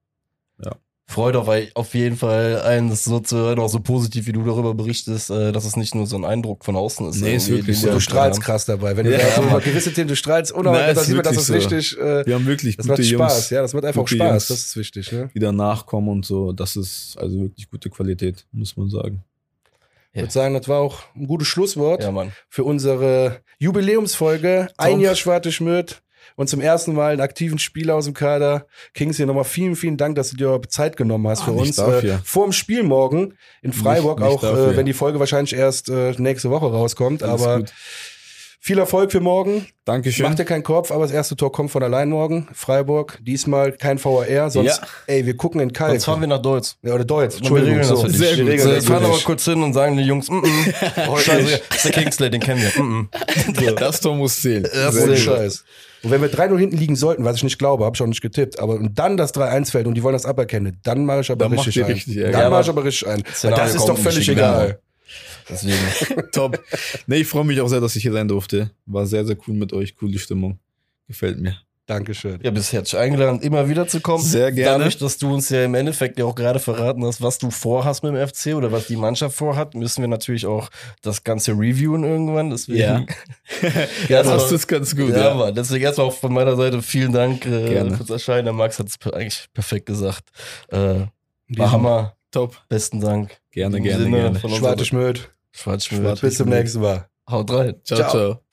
Freut auf, auf jeden Fall einen, das so zu hören, auch so positiv, wie du darüber berichtest, äh, dass es nicht nur so ein Eindruck von außen ist. Nee, ist irgendwie, wirklich den so. wir Du da strahlst haben. krass dabei. Wenn du Ja, da so Mann. über gewisse Themen, du strahlst unheimlich, Nein, da ist sieht man, dass es wirklich so. richtig, äh, Wir haben wirklich das gute macht Spaß. Jungs, Ja, das macht einfach gute Spaß. Jungs. Das ist wichtig. Ne? die da nachkommen und so. Das ist also wirklich gute Qualität, muss man sagen. Ich würde sagen, das war auch ein gutes Schlusswort Ja, Mann. für unsere Jubiläumsfolge. Ein Jahr Schwarte Schmidt und zum ersten Mal einen aktiven Spieler aus dem Kader. Kings, hier nochmal vielen, vielen Dank, dass du dir Zeit genommen hast Ah, für nicht uns. dafür. Äh, vor dem Spiel morgen in Freiburg, Nicht- nicht auch äh, dafür. wenn die Folge wahrscheinlich erst äh, nächste Woche rauskommt. Alles aber gut. viel Erfolg für morgen. Dankeschön. Macht dir keinen Kopf, aber das erste Tor kommt von allein morgen. Freiburg, diesmal kein V R R, sonst, Ja. ey, wir gucken in Kalk. Sonst fahren wir nach Deutsch. Ja, oder Deutsch, Wir Entschuldigung. regeln das so. für dich. Sehr Wir gut, regeln Wir das für fahren aber dich. kurz hin und sagen den Jungs, mm -mm. Oh, scheiße, das ist der Kingsley, den kennen wir. Mm -mm. Das Tor muss zählen. Das Sehr Ohne ist gut. Scheiß. Und wenn wir drei null hinten liegen sollten, was ich nicht glaube, habe ich auch nicht getippt, aber und dann das drei eins fällt und die wollen das aberkennen, dann mache ich aber Dann macht richtig ihr ein. richtig Ärger. dann Ja, mache ich aber aber richtig ein. Weil Szenario das ist kommt doch völlig nicht egal. egal. Deswegen. Top. Nee, ich freue mich auch sehr, dass ich hier sein durfte. War sehr, sehr cool mit euch. Coole Stimmung. Gefällt mir. Dankeschön. Ja, bist herzlich eingeladen, immer wieder zu kommen. Sehr gerne. Dadurch, dass du uns ja im Endeffekt ja auch gerade verraten hast, was du vorhast mit dem F C oder was die Mannschaft vorhat, müssen wir natürlich auch das Ganze reviewen irgendwann. Deswegen. Ja. Ja, Das also- ist ganz gut. Ja, Ja, Mann. Deswegen erstmal auch von meiner Seite vielen Dank äh, Gerne. fürs Erscheinen. Der Max hat es eigentlich perfekt gesagt. Äh, In diesem war Hammer. Top. Besten Dank. Gerne, Im gerne, Sinne gerne. von Schwarte unserer- Schmidt. Schwarz-Schmidt. Bis zum nächsten Mal. Haut rein. Ciao, Ciao. ciao.